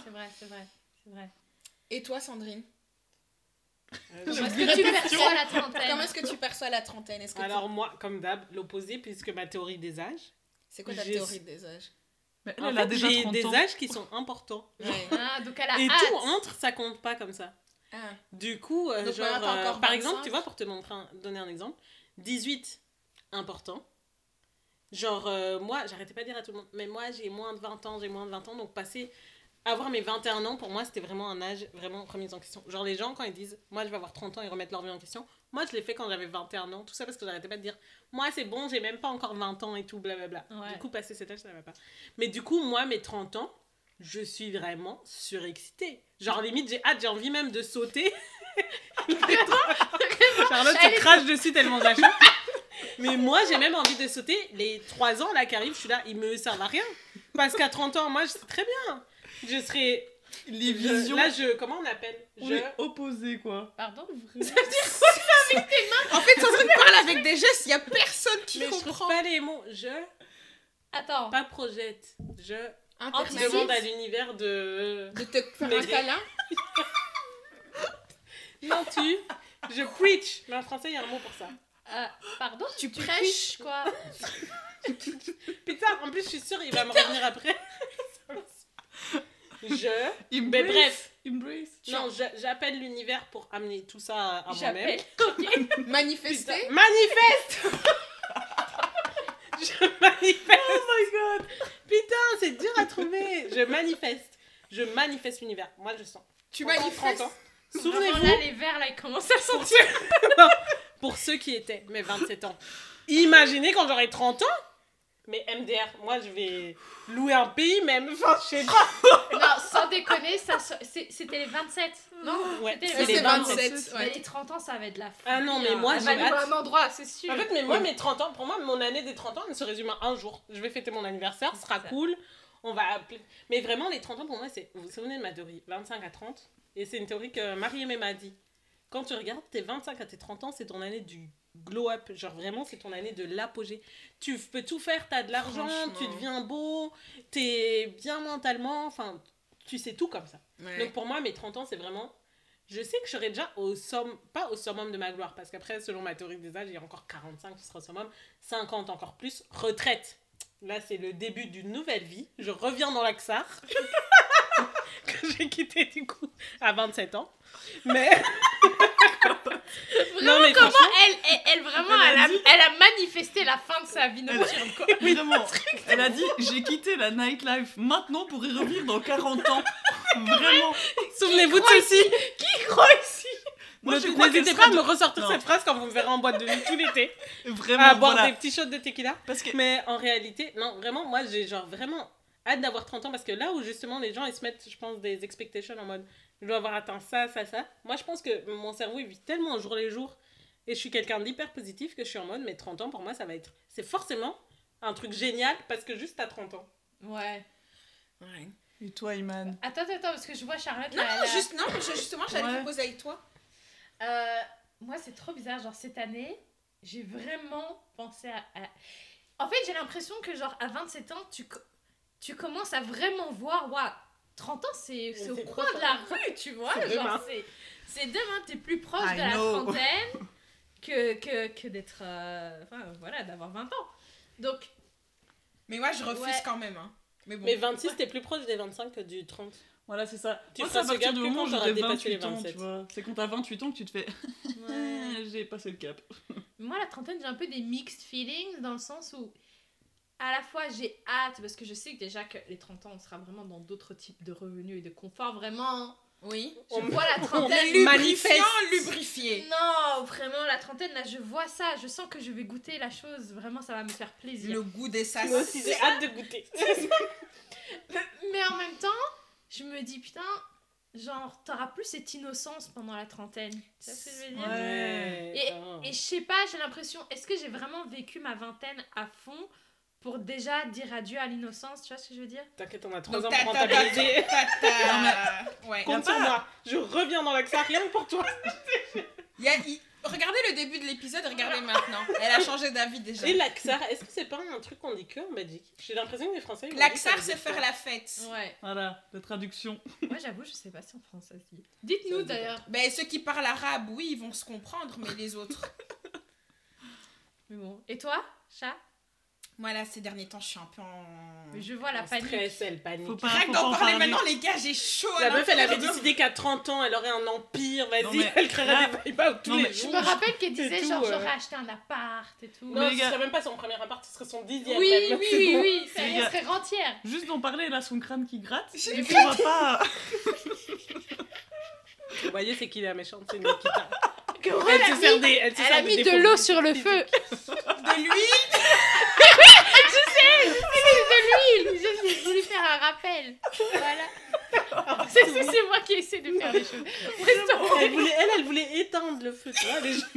Et toi, Sandrine? Comment est-ce que tu perçois la Comment trentaine? est-ce que tu perçois la trentaine? Est-ce que Alors moi, comme d'hab, l'opposé, puisque ma théorie des âges. c'est quoi ta j'ai- théorie des âges? Mais En elle a fait, déjà j'ai 30 des ans. âges qui sont importants. Ouais. Ah, donc elle a Et hâte. tout entre, ça compte pas comme ça. Ah. Du coup, Donc genre, maintenant, t'as encore par 25. exemple, tu vois, pour te donner un exemple, 18, important. Genre, moi, j'arrêtais pas de dire à tout le monde, mais moi, j'ai moins de 20 ans, donc avoir mes 21 ans, pour moi, c'était vraiment un âge vraiment remise en question. Genre, les gens, quand ils disent, moi, je vais avoir 30 ans, ils remettent leur vie en question. Moi, je l'ai fait quand j'avais 21 ans, tout ça parce que j'arrêtais pas de dire, moi, c'est bon, j'ai même pas encore 20 ans et tout, blablabla. Ouais. Du coup, passer cet âge, ça va pas. Mais du coup, moi, mes 30 ans, je suis vraiment surexcitée. Genre, limite, j'ai hâte, j'ai envie même de sauter. Charlotte se crache dessus tellement j'ai chaud. Mais moi, j'ai même envie de sauter. Les 3 ans là qui arrivent, je suis là, ils me servent à rien. Parce qu'à 30 ans, moi, je sais très bien. Je serai. Les je- visions, là, comment on appelle? on est opposés, quoi. Pardon? En fait, Sandrine parle avec des gestes, il y a personne qui Mais je trouve comprend. pas les mots. Attends. Pas projette. Je Anticipe demande à l'univers de. de te faire un M'aider. câlin. Non, je preach. Mais en français, il y a un mot pour ça. Pardon? Tu prêches prêches. quoi? Putain, en plus, je suis sûre, il va me revenir après. Mais Embrace. bref. Embrace. Non, j'appelle l'univers pour amener tout ça à moi-même. J'appelle. Manifester. Putain, manifeste. Je manifeste. Oh my god. Putain, c'est dur à trouver. Je manifeste l'univers. Moi, je sens. Tu Encore manifestes. 30 ans. Vraiment, Souvenez-vous, là, les verres, là, ils commencent à sentir. pour ceux qui étaient mes 27 ans, imaginez quand j'aurai 30 ans. Mais MDR, moi, je vais louer un pays même. Enfin, je sais pas. Non, sans déconner, c'était les 27. Non? Ouais, C'était C'est les 27. Mais Ouais. les 30 ans, ça va être de la folie. Ah non, mais moi, Elle j'ai va louer hâte. un endroit, c'est sûr. En fait, mais moi, mes 30 ans, pour moi, mon année des 30 ans, elle se résume à un jour. Je vais fêter mon anniversaire, ce sera Ça. cool. On va appeler. Mais vraiment, les 30 ans, pour moi, c'est. Vous vous souvenez de ma théorie 25 à 30. Et c'est une théorie que Marie-Aimée m'a dit. Quand tu regardes tes 25 à tes 30 ans, c'est ton année du glow-up. Genre vraiment, c'est ton année de l'apogée. Tu peux tout faire, t'as de l'argent, Franchement. tu deviens beau, t'es bien mentalement. Enfin, tu sais tout comme ça. Ouais. Donc pour moi, mes 30 ans, c'est vraiment. Je sais que je serai déjà pas au summum de ma gloire, parce qu'après, selon ma théorie des âges, il y a encore 45 qui sera au summum, 50 encore plus, retraite. Là, c'est le début d'une nouvelle vie. Je reviens dans l'Axar, que j'ai quitté du coup à 27 ans. Mais. Vraiment, mais comment franchement- elle vraiment, elle a manifesté la fin de sa vie nocturne, quoi. Vraiment. Elle a dit, j'ai quitté la nightlife maintenant pour y revenir dans 40 ans. Vraiment. Souvenez-vous de ceci. Qui croit ici? Moi, je crois N'hésitez qu'elle pas à sera me de- ressortir Non. cette phrase quand vous me verrez en boîte de nuit tout l'été. Vraiment, À boire voilà. des petits shots de tequila. Parce que Mais en réalité, non, vraiment, moi, j'ai genre vraiment hâte d'avoir 30 ans parce que là où justement les gens, ils se mettent, je pense, des expectations en mode je dois avoir atteint ça, ça, ça. Moi, je pense que mon cerveau, il vit tellement au jour les jours et je suis quelqu'un d'hyper positif que je suis en mode, mais 30 ans, pour moi, ça va être... C'est forcément un truc génial parce que juste à 30 ans. Ouais. Ouais. Et toi, Iman? Attends, parce que je vois Charlotte Non, là. justement, j'allais Ouais. te poser avec toi. Moi, c'est trop bizarre. Genre, cette année, j'ai vraiment pensé à... En fait, j'ai l'impression que, genre, à 27 ans, tu commences à vraiment voir... Waouh, 30 ans, c'est au c'est coin quoi, de la rue, tu vois. C'est Genre, demain. c'est demain, t'es plus proche I de la know. trentaine que d'être... d'avoir 20 ans. Donc, Mais moi, je refuse Ouais. quand même. Hein. Mais bon. Mais 26, t'es plus proche des 25 que du 30. Voilà, c'est ça. Tu Moi, feras c'est à ce partir gap du que moment où quand t'auras j'aurai dépassé les 28 ans, 27. tu vois. C'est quand t'as 28 ans que tu te fais j'ai passé le cap. moi, la trentaine, j'ai un peu des mixed feelings dans le sens où, à la fois, j'ai hâte, parce que je sais que déjà que les 30 ans, on sera vraiment dans d'autres types de revenus et de confort. Vraiment, Oui. je vois la trentaine. Lubrifiant, lubrifié. Non, vraiment, la trentaine, là, je vois ça. Je sens que je vais goûter la chose. Vraiment, ça va me faire plaisir. Le goût des sas. Moi aussi, j'ai hâte de goûter. Mais en même temps, je me dis, putain, genre, t'auras plus cette innocence pendant la trentaine. Tu vois ce que je veux dire? Ouais. Et je sais pas, j'ai l'impression, est-ce que j'ai vraiment vécu ma vingtaine à fond pour déjà dire adieu à l'innocence? Tu vois ce que je veux dire? T'inquiète, on a 3 Donc, ans pour rentabiliser. Ouais. Compte sur moi. Je reviens dans l'accent rien que pour toi. Regardez le début de l'épisode, regardez maintenant. Elle a changé d'avis déjà. Et l'Axar, est-ce que c'est pas un truc qu'on dit que en Belgique? J'ai l'impression que les Français. ils L'Axar, vont dire c'est que ça veut faire dire la fête. Ouais. Voilà, la traduction. Moi, j'avoue, je sais pas si en France ça se dit. Dites-nous Ça se dit d'ailleurs. Ben, ceux qui parlent arabe, oui, ils vont se comprendre, mais les autres. Mais bon. Et toi, chat? Moi, là, ces derniers temps, je suis un peu en. Mais je vois la quoi. panique. Stress, elle panique. Faut pas, Rien faut que pas d'en en parler parler. maintenant, les gars, j'ai chaud. La à meuf, elle avait l'intérieur. décidé qu'à 30 ans, elle aurait un empire. Non, Vas-y, mais elle créerait là- des vibes tous non, les mais Je jours. me rappelle qu'elle C'est disait tout, genre j'aurais acheté un appart et tout. Non, Mais ce les gars- serait même pas son premier appart, ce serait son 10e. Oui, même. oui, oui, oui, ça Les gars- serait rentière. Juste d'en parler, là, son crâne qui gratte. J'ai Du coup, on va pas. Vous voyez, c'est qu'il est méchante, c'est Nikita. Comment Elle elle se a sert mis, des. Elle se elle sert a des mis de défauts l'eau sur le feu. De l'huile. J'ai voulu faire un rappel. Voilà. C'est moi qui essaie de faire les choses. Elle voulait éteindre le feu, tu vois. Les gens...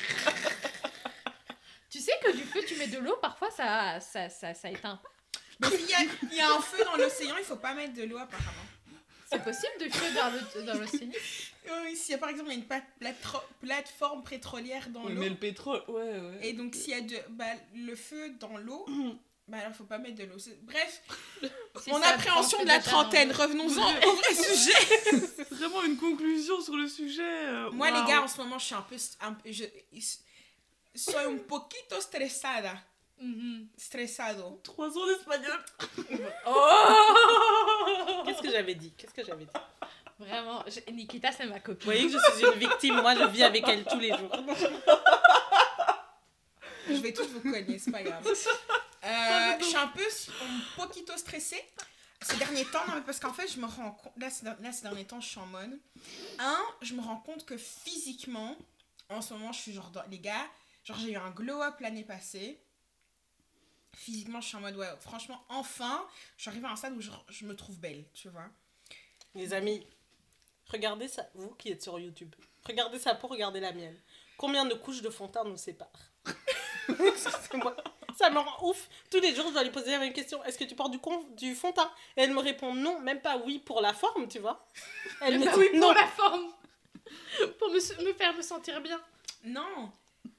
Tu sais que du feu, tu mets de l'eau, parfois ça éteint. Mais il y a un feu dans l'océan, il faut pas mettre de l'eau apparemment. C'est possible du feu dans l'océan? Oui, s'il y a par exemple une plateforme pétrolière dans Oui, l'eau, mais le pétrole, ouais. et donc s'il y a le feu dans l'eau, bah alors faut pas mettre de l'eau. Bref, Si mon ça appréhension trempe de la déjà dans trentaine, l'eau. revenons-en au vrai sujet. C'est vraiment une conclusion sur le sujet. Moi Waouh. les gars, en ce moment je suis un peu soy un poquito estresada. Stressado. 3 ans d'espagnol. Oh Qu'est-ce que j'avais dit? Vraiment, Nikita, c'est ma Vous copine. voyez que je suis une victime, moi je vis avec elle tous les jours. Je vais tous vous cogner, c'est pas grave. Je suis un peu un poquito stressée ces derniers temps, non mais parce qu'en fait je me rends compte, là ces derniers temps je suis en mode, je me rends compte que physiquement, en ce moment je suis genre, les gars, genre j'ai eu un glow up l'année passée, physiquement je suis en mode, ouais franchement enfin, je suis arrivée à un stade où je me trouve belle, tu vois. Les amis, regardez ça, vous qui êtes sur YouTube, regardez ça pour regarder la mienne. Combien de couches de fond de teint nous séparent? Excusez-moi, ça me rend ouf. Tous les jours, je dois lui poser la même question. Est-ce que tu portes du fond de teint? Et elle me répond non, même pas oui pour la forme, tu vois. Elle me Bah dit oui, non. pour la forme. Pour me faire me sentir bien. Non.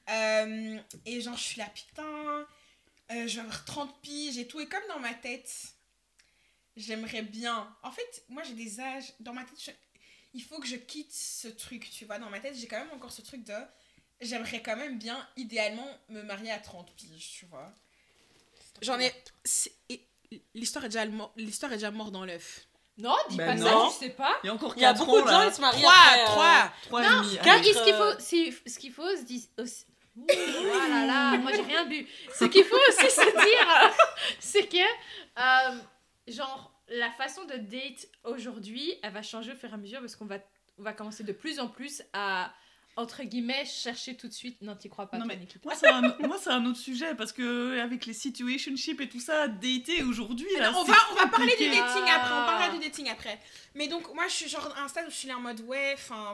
Et genre je suis là, putain, je vais avoir 30 piges et tout, et comme dans ma tête, j'aimerais bien. En fait, moi j'ai des âges, dans ma tête, il faut que je quitte ce truc, tu vois. Dans ma tête, j'ai quand même encore ce truc de... J'aimerais quand même bien, idéalement, me marier à 30 piges, tu vois. J'en ai... L'histoire est déjà morte dans l'œuf. Non, dis Bah pas non. ça, je sais pas. Il y a encore 4 Il y a ans, beaucoup de gens, là. ils se marient 3, après... 3 Non, et demi. Car, allez. ce qu'il faut se dire aussi... Oh là là, moi j'ai rien bu. Ce qu'il faut aussi se dire, c'est que, genre, la façon de date aujourd'hui, elle va changer au fur et à mesure parce qu'on va commencer de plus en plus à, entre guillemets, chercher tout de suite. Non, t'y crois pas, Non, toi, mais Nikita. moi, c'est un autre sujet parce que avec les situationships et tout ça, dater aujourd'hui, là, On c'est va parler du compliqué. dating après, on parlera du dating après. Mais donc, moi, je suis genre à un stade où je suis là en mode, ouais, enfin,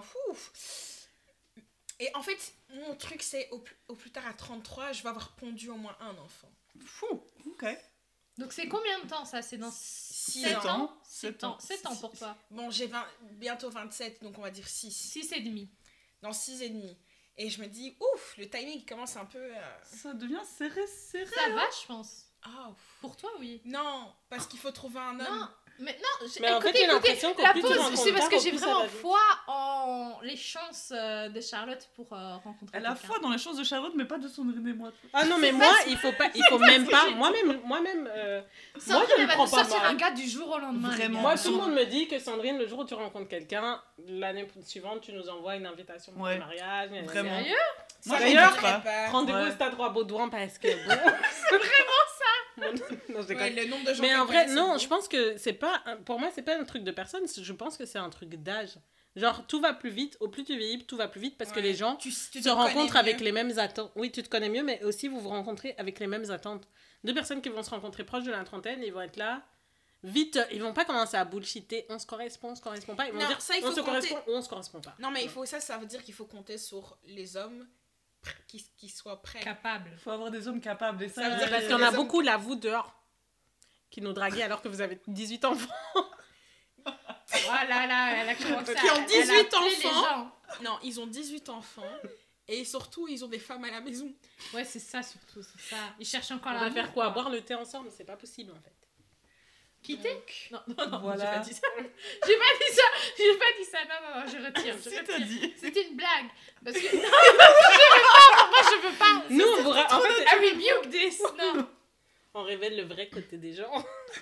Et en fait, mon truc, c'est au plus tard à 33, je vais avoir pondu au moins un enfant. Fou, ok. Donc c'est combien de temps ça? C'est dans 6 7 ans. ans? 7 ans. 7 ans pour toi. Bon, j'ai bientôt 27, donc on va dire 6. 6 et demi. Dans 6 et demi. Et je me dis, ouf, le timing commence un peu... Ça devient serré. Ça va, je pense. Ah, ouf. Pour toi, oui. Non, parce qu'il faut trouver un homme. Non, mais non, Mais en fait, écoutez, j'ai l'impression qu'au la plus tu pause, rencontres c'est parce tard, que au j'ai plus ça vraiment va vite. foi en dans les chances de Charlotte pour rencontrer Elle a quelqu'un. foi dans les chances de Charlotte, mais pas de Sandrine et moi. Ah non, mais moi, il faut même pas. Moi-même, moi, Sandrine, je elle ne va prends nous pas sortir mal. un gars du jour au lendemain. les Vraiment. gars. Moi, tout le monde me dit que Sandrine, le jour où tu rencontres quelqu'un, l'année suivante, tu nous envoies une invitation pour Ouais. le mariage. Vraiment. Sérieux? Moi, D'ailleurs, je comprends pas. Rendez-vous Ouais. au Stade Roi-Baudouin parce que bon. C'est vraiment ça. Non, je déconne. le nombre de gens Mais qu'elle en vrai, connaît, non, c'est je pense que c'est pas. Pour moi, c'est pas un truc de personne, je pense que c'est un truc d'âge. Genre, tout va plus vite, au plus tu vieillis, tout va plus vite parce que Ouais. les gens Tu se te rencontrent connais avec mieux. les mêmes attentes. Oui, tu te connais mieux, mais aussi vous vous rencontrez avec les mêmes attentes. Deux personnes qui vont se rencontrer proches de la trentaine, ils vont être là. Vite, ils vont pas commencer à bullshiter. On se correspond pas. Ils vont Non, dire ça, il on faut se compter. correspond ou on se correspond pas. Non, mais ça veut dire qu'il faut compter sur les hommes qui soient prêts. Capable. Il faut avoir des hommes capables. Et ça, Ça veut dire C'est parce les qu'il y en a hommes- beaucoup là, vous dehors, qui nous draguez alors que vous avez 18 enfants. Voilà, là, elle a commencé Qui ont elle a 18 appelé les enfants. gens. Non, ils ont 18 enfants. Et surtout, ils ont des femmes à la maison. Ouais, c'est ça surtout, c'est ça. Ils cherchent encore On la va faire quoi? Boire le thé ensemble? C'est pas possible en fait. Quitter? Donc, Non, Voilà. j'ai pas dit ça. J'ai pas dit ça. Non, je retire. Si, t'as dit. C'était une blague. Parce que... Non, je veux pas. Nous, on vous en fait, I rebuke this. Non. on révèle le vrai côté des gens.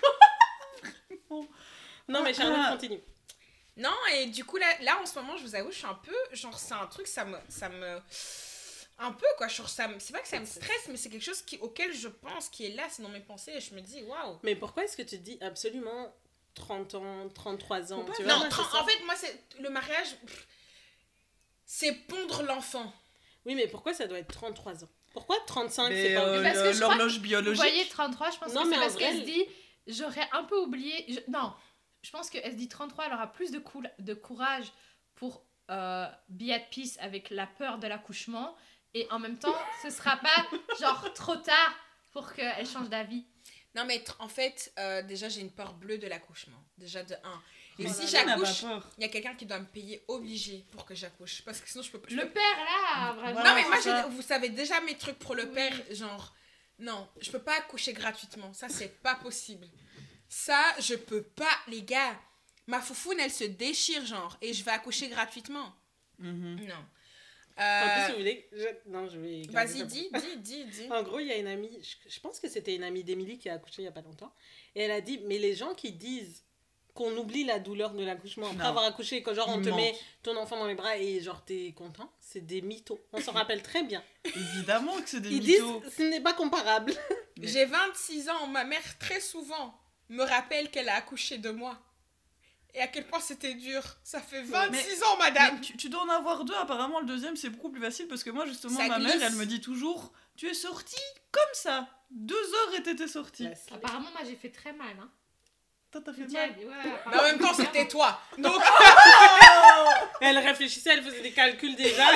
Non, mais Charlotte, continue. Non, et du coup, là, en ce moment, je vous avoue, je suis un peu... Genre, c'est un truc, ça me... Un peu, quoi. Genre, c'est pas que ça me stresse, mais c'est quelque chose auquel je pense, qui est là, c'est dans mes pensées, et je me dis, waouh. Mais pourquoi est-ce que tu dis absolument 30 ans, 33 ans? Faut pas- Tu vois, Non, moi, c'est ça. en fait, moi, le mariage, c'est pondre l'enfant. Oui, mais pourquoi ça doit être 33 ans? Pourquoi 35, Mais, c'est pas... Mais parce que je crois l'horloge Vous biologique. voyez, 33, je pense Non, que mais c'est en parce vrai, qu'elle se dit, j'aurais un peu oublié... Non, je pense qu'elle se dit 33, elle aura plus de courage pour be at peace avec la peur de l'accouchement. Et en même temps, ce sera pas genre trop tard pour qu'elle change d'avis. Non, mais en fait, déjà, j'ai une peur bleue de l'accouchement. Déjà, de 1. Et Mais si qui n'a pas j'accouche, peur? il y a quelqu'un qui doit me payer obligé pour que j'accouche. Parce que sinon, je peux pas... Le père, là, vraiment. Voilà, Non, mais moi, c'est ça. vous savez déjà mes trucs pour le Oui. père, genre, non, je peux pas accoucher gratuitement, ça c'est pas possible. Ça, je peux pas, les gars. Ma foufoune, elle se déchire, genre, et je vais accoucher gratuitement. Mhm. Non. En plus, si vous voulez... Non, je vais... garder ça Vas-y, pour- dis. En gros, il y a une amie, je pense que c'était une amie d'Émilie qui a accouché il y a pas longtemps, et elle a dit, mais les gens qui disent qu'on oublie la douleur de l'accouchement après Non. avoir accouché, que genre on Ils te met mentent. ton enfant dans les bras et genre t'es content, c'est des mythos. On s'en rappelle très bien. Évidemment que c'est des Ils disent, mythos. ce n'est pas comparable. Mais- J'ai 26 ans, ma mère très souvent me rappelle qu'elle a accouché de moi. Et à quel point c'était dur. Ça fait 26 ans, madame. Mais tu dois en avoir deux, apparemment le deuxième c'est beaucoup plus facile parce que moi justement Ça ma mère glisse. elle me dit toujours tu es sortie comme ça, 2 heures et t'étais sortie. Apparemment, moi, j'ai fait très mal. Hein. Toi t'as fait Tiens, mal. ouais, Mais en apparemment. même temps, c'était toi. Donc, Elle réfléchissait, elle faisait des calculs déjà.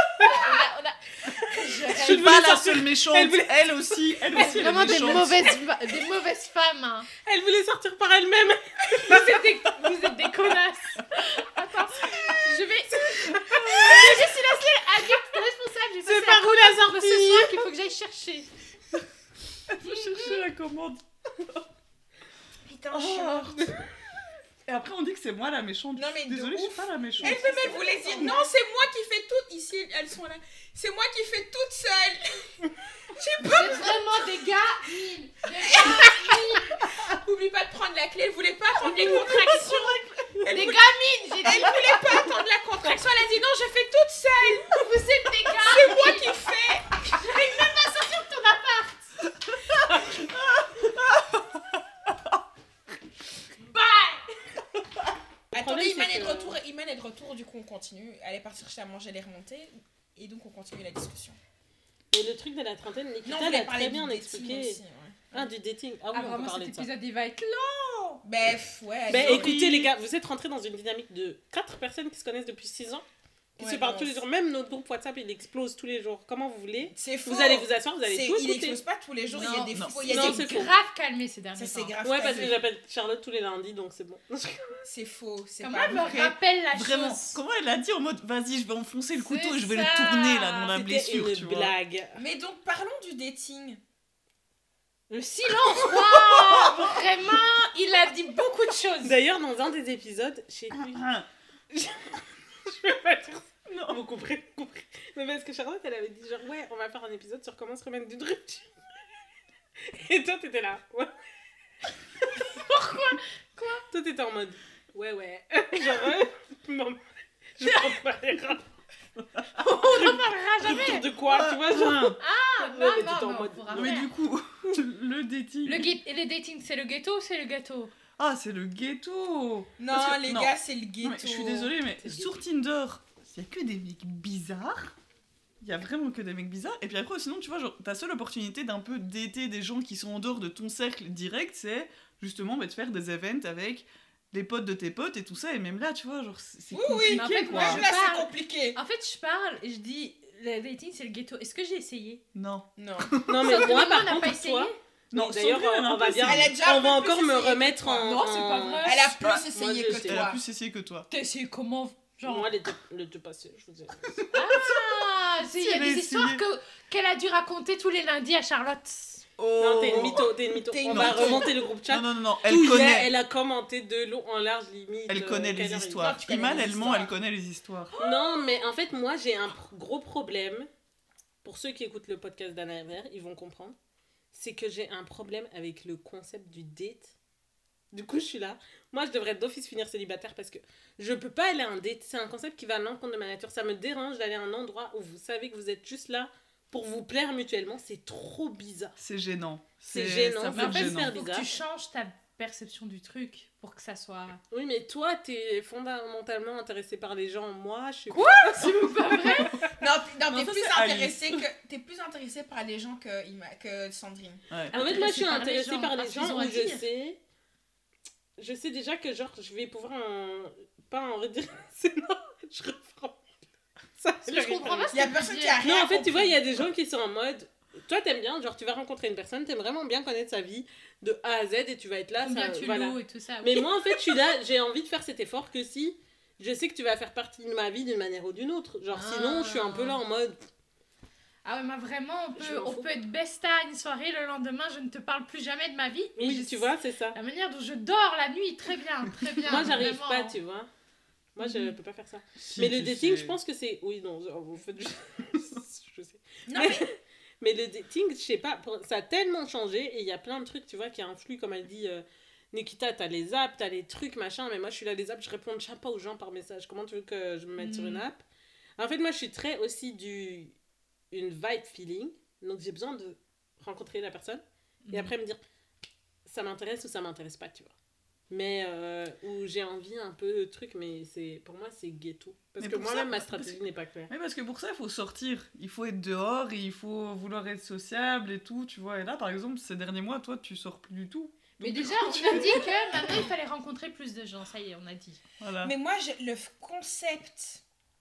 Je suis voulais pas la sortir- seule méchante, elle voulait- elle aussi elle C'est est vraiment des méchante. mauvaises femmes. Hein. Elle voulait sortir par elle-même. Vous êtes des connasses. Attends, je vais laisser adulte responsable. C'est par où la C'est ce sortie? soir qu'il faut que j'aille chercher. Elle faut chercher la commande. putain, je suis morte. Et après on dit que c'est moi la méchante. Non, mais de Désolée, je suis ouf. pas la méchante. Elle voulait dire, non, c'est moi qui fais tout. Ici, elles sont là. C'est moi qui fais toute seule. Vous êtes vraiment des gars nuls. Des gars Oublie pas de prendre la clé. Elle voulait pas attendre les contractions. Elle Des voulait, gamines, j'ai elle dit. voulait pas attendre la contraction. Elle a dit, non, je fais toute seule. Vous êtes des gars. C'est moi qui fais. J'arrive même pas à sortir de ton appart. Attendez, problème, Iman c'est est de que- retour. Iman est de retour. Du coup, on continue. Elle est partie chercher à manger les remontées. Et donc, on continue la discussion. Et le truc de la trentaine, Non, Nikita on voulait l'a parler très bien du dating expliqué. aussi, ouais. Ah, du dating. Ah oui, Ah, on peut vraiment, parler cet de ça. épisode, il va être long. Bref, ouais. Ben allez. écoutez les gars, vous êtes rentrés dans une dynamique de 4 personnes qui se connaissent depuis 6 ans, qui Ouais, se parlent non, tous les c'est- jours. Même notre groupe WhatsApp, il explose tous les jours. Comment vous voulez? C'est faux. Vous allez vous asseoir, vous allez C'est- tout il écouter. explose pas tous les jours. Il y a Non, des non. faux. Il y a Non, des c'est faux. Grave calmé ces derniers Ça, c'est temps. grave. Ouais, parce calme. que j'appelle Charlotte tous les lundis, donc c'est bon. C'est faux. C'est Comment pas elle me vrai. rappelle la Vraiment, chose. comment elle a dit en mode vas-y je vais enfoncer le couteau C'est et je vais le ça. tourner là dans la C'était blessure une tu vois. blague. Mais donc, parlons du dating. Le silence, waouh. Vraiment, il a dit beaucoup de choses. D'ailleurs, dans un des épisodes, je sais plus. Ah, Je vais pas dire vous couperez. Mais parce que Charlotte, elle avait dit genre, ouais, on va faire un épisode sur comment se remettre d'une rupture. Et toi, t'étais là. Ouais. Pourquoi? Quoi? Toi, t'étais en mode, ouais. Genre, non, je prends pas les rats. On n'en parlera jamais. Rupture de quoi, tu vois, genre. Ah, Ouais, mais non, t'étais en non, mode- on pourra Mais faire. du coup, le dating. Le dating, c'est le ghetto ou c'est le gâteau? Ah, c'est le ghetto. Non, Parce que- les non. gars, c'est le Non, ghetto. mais je suis désolée, mais C'est le sur Tinder, il y a que des mecs bizarres. Il y a vraiment que des mecs bizarres. Et puis après, sinon, tu vois, genre, ta seule opportunité d'un peu dater des gens qui sont en dehors de ton cercle direct, c'est justement de faire des events avec les potes de tes potes et tout ça. Et même là, tu vois, genre, c'est Oui, compliqué, Mais en fait, quoi. moi, Même là, c'est parle. compliqué. En fait, je parle et je dis, le dating, c'est le ghetto. Est-ce que j'ai essayé? Non. Non. Non, mais Sauf que moi, on par n'a pas contre, essayé. toi. Non, D'ailleurs, Sandrine, elle a un on va peu dire. essayé. Elle a déjà On va un peu encore plus me essayé que remettre toi. en. Non, c'est pas vrai. Elle a plus Moi, essayé je que sais. Elle a toi. plus essayé que toi. T'as essayé comment? Genre. Moi, elle était passée, je vous ai. Ah, il y a elle a des histoires essayé. qu'elle a dû raconter tous les lundis à Charlotte. Non, t'es une Oh. mytho. T'es une On va mytho. remonter le groupe chat. Non, Tout elle hier, connaît. elle a commenté de long en large limite. Elle connaît quelle les heure il est. histoires. Non, tu connais Iman, les elle ment, histoires. elle connaît les histoires. Non, mais en fait, moi, j'ai un gros problème. Pour ceux qui écoutent le podcast d'Anna Hervère, ils vont comprendre. C'est que j'ai un problème avec le concept du date. Du coup, je suis là. Moi, je devrais d'office finir célibataire parce que je peux pas aller à un date. C'est un concept qui va à l'encontre de ma nature. Ça me dérange d'aller à un endroit où vous savez que vous êtes juste là pour vous plaire mutuellement. C'est trop bizarre. C'est gênant. C'est gênant, Ça mais peut en être fait, gênant. c'est Faut que bizarre. tu changes ta perception du truc pour que ça soit. Oui, mais toi, t'es fondamentalement intéressé par les gens. Moi, je suis Quoi? C'est pas vrai? Non, Non, t'es ça, plus c'est intéressé t'es plus intéressé par les gens que Sandrine. Ouais. En fait, moi, je suis Intéressé intéressée par les parce qu'ils gens ont où à dire. je sais déjà que genre je vais pouvoir pas en redire. C'est non, je reprends. Ça, Ce que je comprends pas, Il y a personne qui a rien Non, en fait, tu compris. vois, il y a des gens qui sont en mode. Toi, t'aimes bien, genre, tu vas rencontrer une personne, t'aimes vraiment bien connaître sa vie de A à Z et tu vas être là. Combien ça, tu voilà. loues et tout ça. Mais oui. moi, en fait, je suis là, j'ai envie de faire cet effort que si je sais que tu vas faire partie de ma vie d'une manière ou d'une autre. Genre, sinon, je suis un peu là en mode. Ah ouais, mais vraiment, Je m'en on fous. peut être besta une soirée, le lendemain, je ne te parle plus jamais de ma vie. Et Oui, je- tu vois, c'est ça. La manière dont je dors la nuit, très bien, très bien. Moi, j'arrive vraiment. pas, tu vois. Moi, je Mhm. peux pas faire ça. Si, Mais le tu dating, sais. je pense que c'est. Oui, non, vous faites. Je sais. Non, mais... mais mais le dating, je sais pas, ça a tellement changé et il y a plein de trucs, tu vois, qui influent, comme elle dit. Nikita, t'as les apps, t'as les trucs, machin, mais moi je suis là, les apps, je réponds déjà pas aux gens par message. Comment tu veux que je me mette sur une app? En fait, moi je suis très aussi une vibe feeling, donc j'ai besoin de rencontrer la personne et après me dire ça m'intéresse ou ça m'intéresse pas, tu vois. Mais où j'ai envie un peu de trucs, mais pour moi c'est ghetto. Parce Mais que pour moi-même ça, ma parce stratégie que- n'est pas claire. Mais parce que pour ça, il faut sortir. Il faut être dehors et il faut vouloir être sociable et tout, tu vois. Et là, par exemple, ces derniers mois, toi, tu sors plus du tout. Mais Donc, du déjà, coup, on tu- a dit que maintenant il fallait rencontrer plus de gens. Ça y est, on a dit. Voilà. Mais moi, le concept.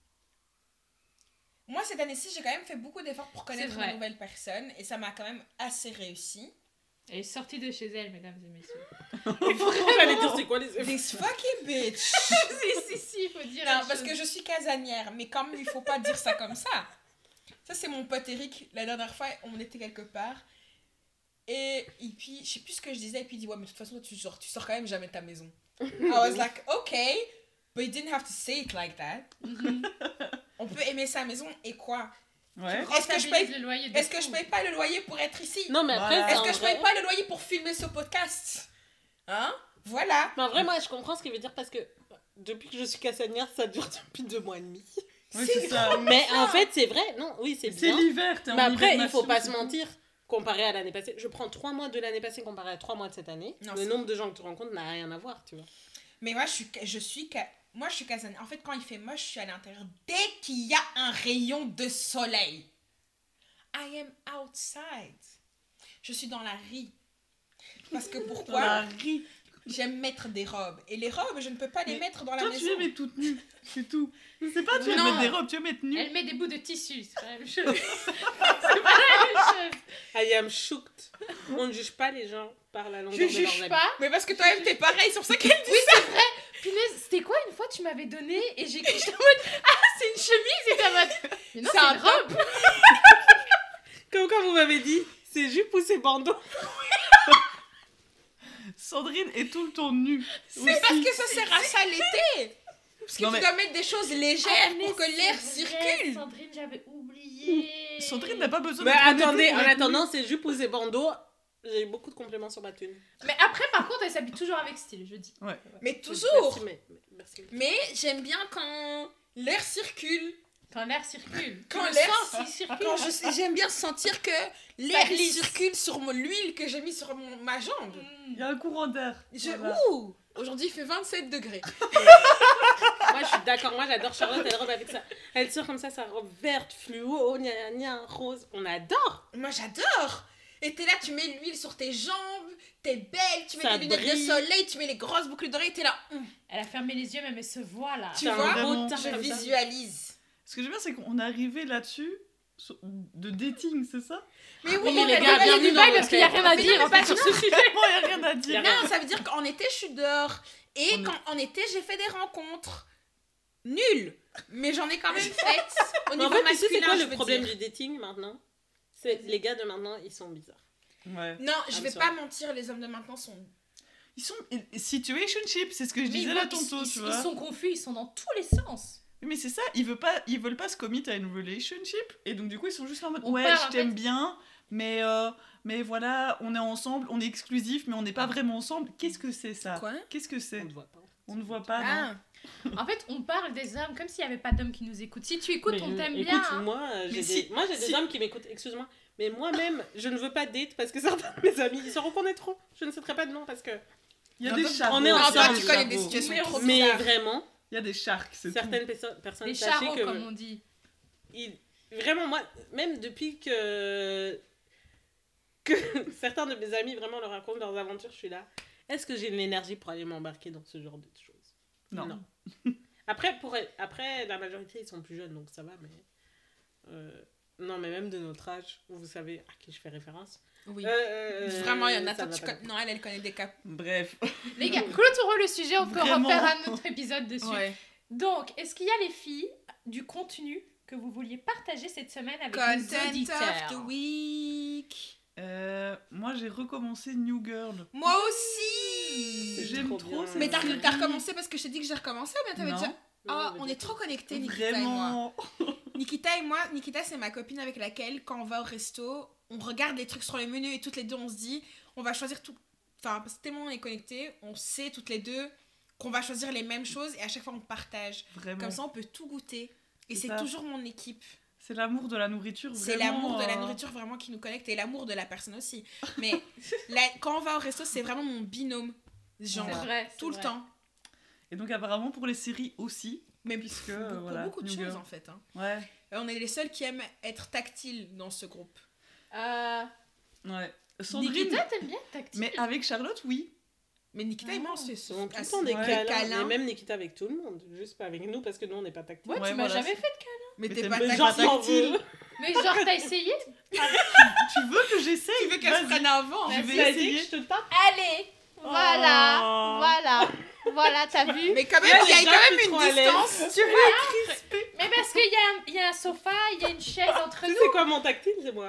Moi, cette année-ci, j'ai quand même fait beaucoup d'efforts pour connaître C'est vrai. de nouvelles personnes et ça m'a quand même assez réussi. Elle est sortie de chez elle, mesdames et messieurs. J'allais dire c'est quoi les This fucking bitch! si, il faut dire. Non, parce que je suis casanière, mais quand même, il faut pas dire ça comme ça. Ça, c'est mon pote Eric. La dernière fois, on était quelque part. Et puis, je sais plus ce que je disais. Et puis, il dit, ouais, mais de toute façon, tu sors quand même jamais de ta maison. I was like, okay, but you didn't have to say it like that. On peut aimer sa maison et quoi? Ouais. Est-ce que je paye- le loyer de Est-ce que je fou. paye pas le loyer pour être ici? Non, mais après, Voilà. c'est Est-ce en que je vrai- paye pas le loyer pour filmer ce podcast? Hein? Voilà. Mais en vrai, moi, je comprends ce qu'il veut dire parce que depuis que je suis casanière, ça dure depuis 2 mois et demi. Ouais, c'est ça. Mais en fait, c'est vrai. Non, oui, c'est C'est bien. l'hiver, t'es en Mais après, il hibernation, faut pas c'est se tout. mentir. Comparé à l'année passée, je prends 3 mois de l'année passée comparé à 3 mois de cette année. Non, le c'est- nombre de gens que tu rencontres n'a rien à voir, tu vois. Mais moi, je suis casanière. En fait, quand il fait moche, je suis à l'intérieur. Dès qu'il y a un rayon de soleil, I am outside. Je suis dans la rue. Parce que Dans pourquoi? la riz. J'aime mettre des robes. Et les robes, je ne peux pas les Mais mettre dans la Toi, maison. tu aimes être toute nue. C'est tout. C'est pas tu aimes Non. mettre des robes, tu aimes être nue. Elle met des bouts de tissu, c'est pas la même chose. C'est pas la même chose. I am shooked. On ne juge pas les gens par la longueur Je de leurs juge habits. pas. Mais parce que toi-même, t'es pareil. C'est pour ça qu'elle dit Oui, c'est vrai. Punaise, c'était quoi une fois tu m'avais donné et j'étais en mode ah, c'est une chemise et t'es en mode mais non, C'est c'est un une robe. Comme quand vous m'avez dit, c'est jupe ou c'est bandeau. Sandrine est tout le temps nue. c'est parce que ça sert à ça l'été. Parce que Non, tu mais- dois mettre des choses légères pour que l'air circule. Sandrine, j'avais oublié. Sandrine n'a pas besoin Mais d'être honnête attendez, en avec nous. attendant, ces jupes ou ces bandeaux, j'ai eu beaucoup de compliments sur ma tenue. Mais après, par contre, elle s'habille toujours avec style, je dis. Mais toujours. Merci. Mais j'aime bien quand l'air circule. Quand l'air circule. Quand Le l'air- sang, il circule. Quand j'aime bien sentir que l'air glisse. circule sur l'huile que j'ai mis sur ma jambe. Il y a un courant d'air. Voilà. Ouh, aujourd'hui il fait 27 degrés. Moi, je suis d'accord. Moi, j'adore Charlotte, elle robe avec ça. Elle sort comme ça, sa robe verte, fluo, gna rose. On adore. Moi j'adore. Et t'es là, tu mets l'huile sur tes jambes, t'es belle, tu mets Ça tes lunettes de brille. soleil, tu mets les grosses boucles d'oreilles, t'es là. Elle a fermé les yeux, même elle se voit là. Tu T'as vois, un beau vraiment, teint je comme ça. visualise. Ce que j'aime bien, c'est qu'on est arrivé là-dessus de dating, c'est ça? Mais Oui, oui, les elle gars, va pas bienvenue les dans détails le parce qu'il n'y a fait. rien à Mais dire non, en mais fait sur pas ce sujet. Vraiment, il n'y a rien à dire. non, ça veut dire qu'en été je suis dehors. Et On est- quand en été j'ai fait des rencontres. Nulles. Mais j'en ai quand même faites. Au Mais en niveau fait, tu sais, c'est masculin, quoi je le veux problème dire. du dating maintenant? C'est les gars de maintenant, ils sont bizarres. Ouais. Non, je vais I'm pas sorry. mentir, les hommes de maintenant sont. Ils sont situationship, c'est ce que je Mais disais ils, là ils- tantôt, ils- tu ils vois. sont confus, ils sont dans tous les sens. Mais c'est ça, ils veulent pas se commit à une relationship, et donc du coup ils sont juste là en mode On ouais, parle, je en t'aime fait. bien, mais voilà, on est ensemble, on est exclusif, mais on n'est pas vraiment ensemble. Qu'est-ce que c'est ça? Quoi? Qu'est-ce que c'est? On ne voit pas. On ne voit pas, non? Ah, En fait, on parle des hommes comme s'il n'y avait pas d'hommes qui nous écoutent. Si tu écoutes, Mais, on t'aime écoute, bien. hein. Moi, j'ai Mais des, moi, j'ai des si- hommes qui m'écoutent, excuse-moi. Mais moi-même, je ne veux pas date parce que certains de mes amis, ils se reconnaîtront. Je ne citerai pas de nom parce que. Il y a Non, des donc, charros. on est non, ensemble, toi les tu connais des charros. situations trop Mais bizarres. vraiment, Il y a des sharks, c'est tout. certaines personnes, Les sachez charros, que. comme on dit. Vraiment, moi, même depuis que certains de mes amis vraiment leur racontent leurs aventures, je suis là. Est-ce que j'ai l'énergie pour aller m'embarquer dans ce genre de choses? Non. Après, après, la majorité, ils sont plus jeunes, donc ça va, mais... non, mais même de notre âge, vous savez à qui je fais référence. Oui. Euh, Vraiment, il y en a ça tant. va pas. Non, elle connaît des cas. Bref. Les gars, clôturons le sujet, on peut Vraiment. refaire un autre épisode dessus. Ouais. Donc, est-ce qu'il y a les filles du contenu que vous vouliez partager cette semaine avec nos Content auditeurs? of the week. Moi j'ai recommencé New Girl. Moi aussi. C'est J'aime trop trop bien. cette Mais t'as série. recommencé parce que je t'ai dit que j'ai recommencé ou bien t'avais Non. déjà. Ah, on est trop connectés, Nikita Vraiment. et moi. Nikita, c'est ma copine avec laquelle, quand on va au resto, on regarde les trucs sur le menu et toutes les deux, on se dit, on va choisir tout. Enfin, parce que tellement on est connectés, on sait toutes les deux qu'on va choisir les mêmes choses et à chaque fois on partage. Vraiment. Comme ça, on peut tout goûter. Et C'est c'est ça. toujours mon équipe. C'est l'amour de la nourriture. C'est vraiment, l'amour de la nourriture vraiment qui nous connecte et l'amour de la personne aussi. Mais quand on va au resto, c'est vraiment mon binôme. Genre, C'est vrai, c'est tout le vrai. temps. Et donc apparemment pour les séries aussi. Mais Puisque, pour voilà, beaucoup de New choses Girl. en fait. Hein. Ouais. On est les seuls qui aiment être tactiles dans ce groupe. Ouais. Sandrine. Nikita, t'aimes bien tactile? Mais avec Charlotte, oui. Mais Nikita et moi, on se fait Ils sont tout le assez- temps des Ouais. câlins. Mais même Nikita avec tout le monde. Juste pas avec nous parce que nous, on n'est pas tactiles. Ouais, Ouais, tu m'as voilà, jamais c'est- fait de câlin. Mais Mais t'es t'aimes pas bien tactile. genre J'en tactile. veux. Mais genre, t'as essayé? Tu veux que j'essaye? Tu veux qu'elle se Vas-y. prenne avant Je vais Vas-y, essayer. je te tape. Allez, voilà, Oh. voilà, voilà, t'as vu? Mais quand même, Ouais, il y a les gens quand plus même trop à une l'aise. distance. Mais parce qu'il y a un sofa, il y a une chaise entre Tu nous. sais c'est quoi mon tactile? C'est moi.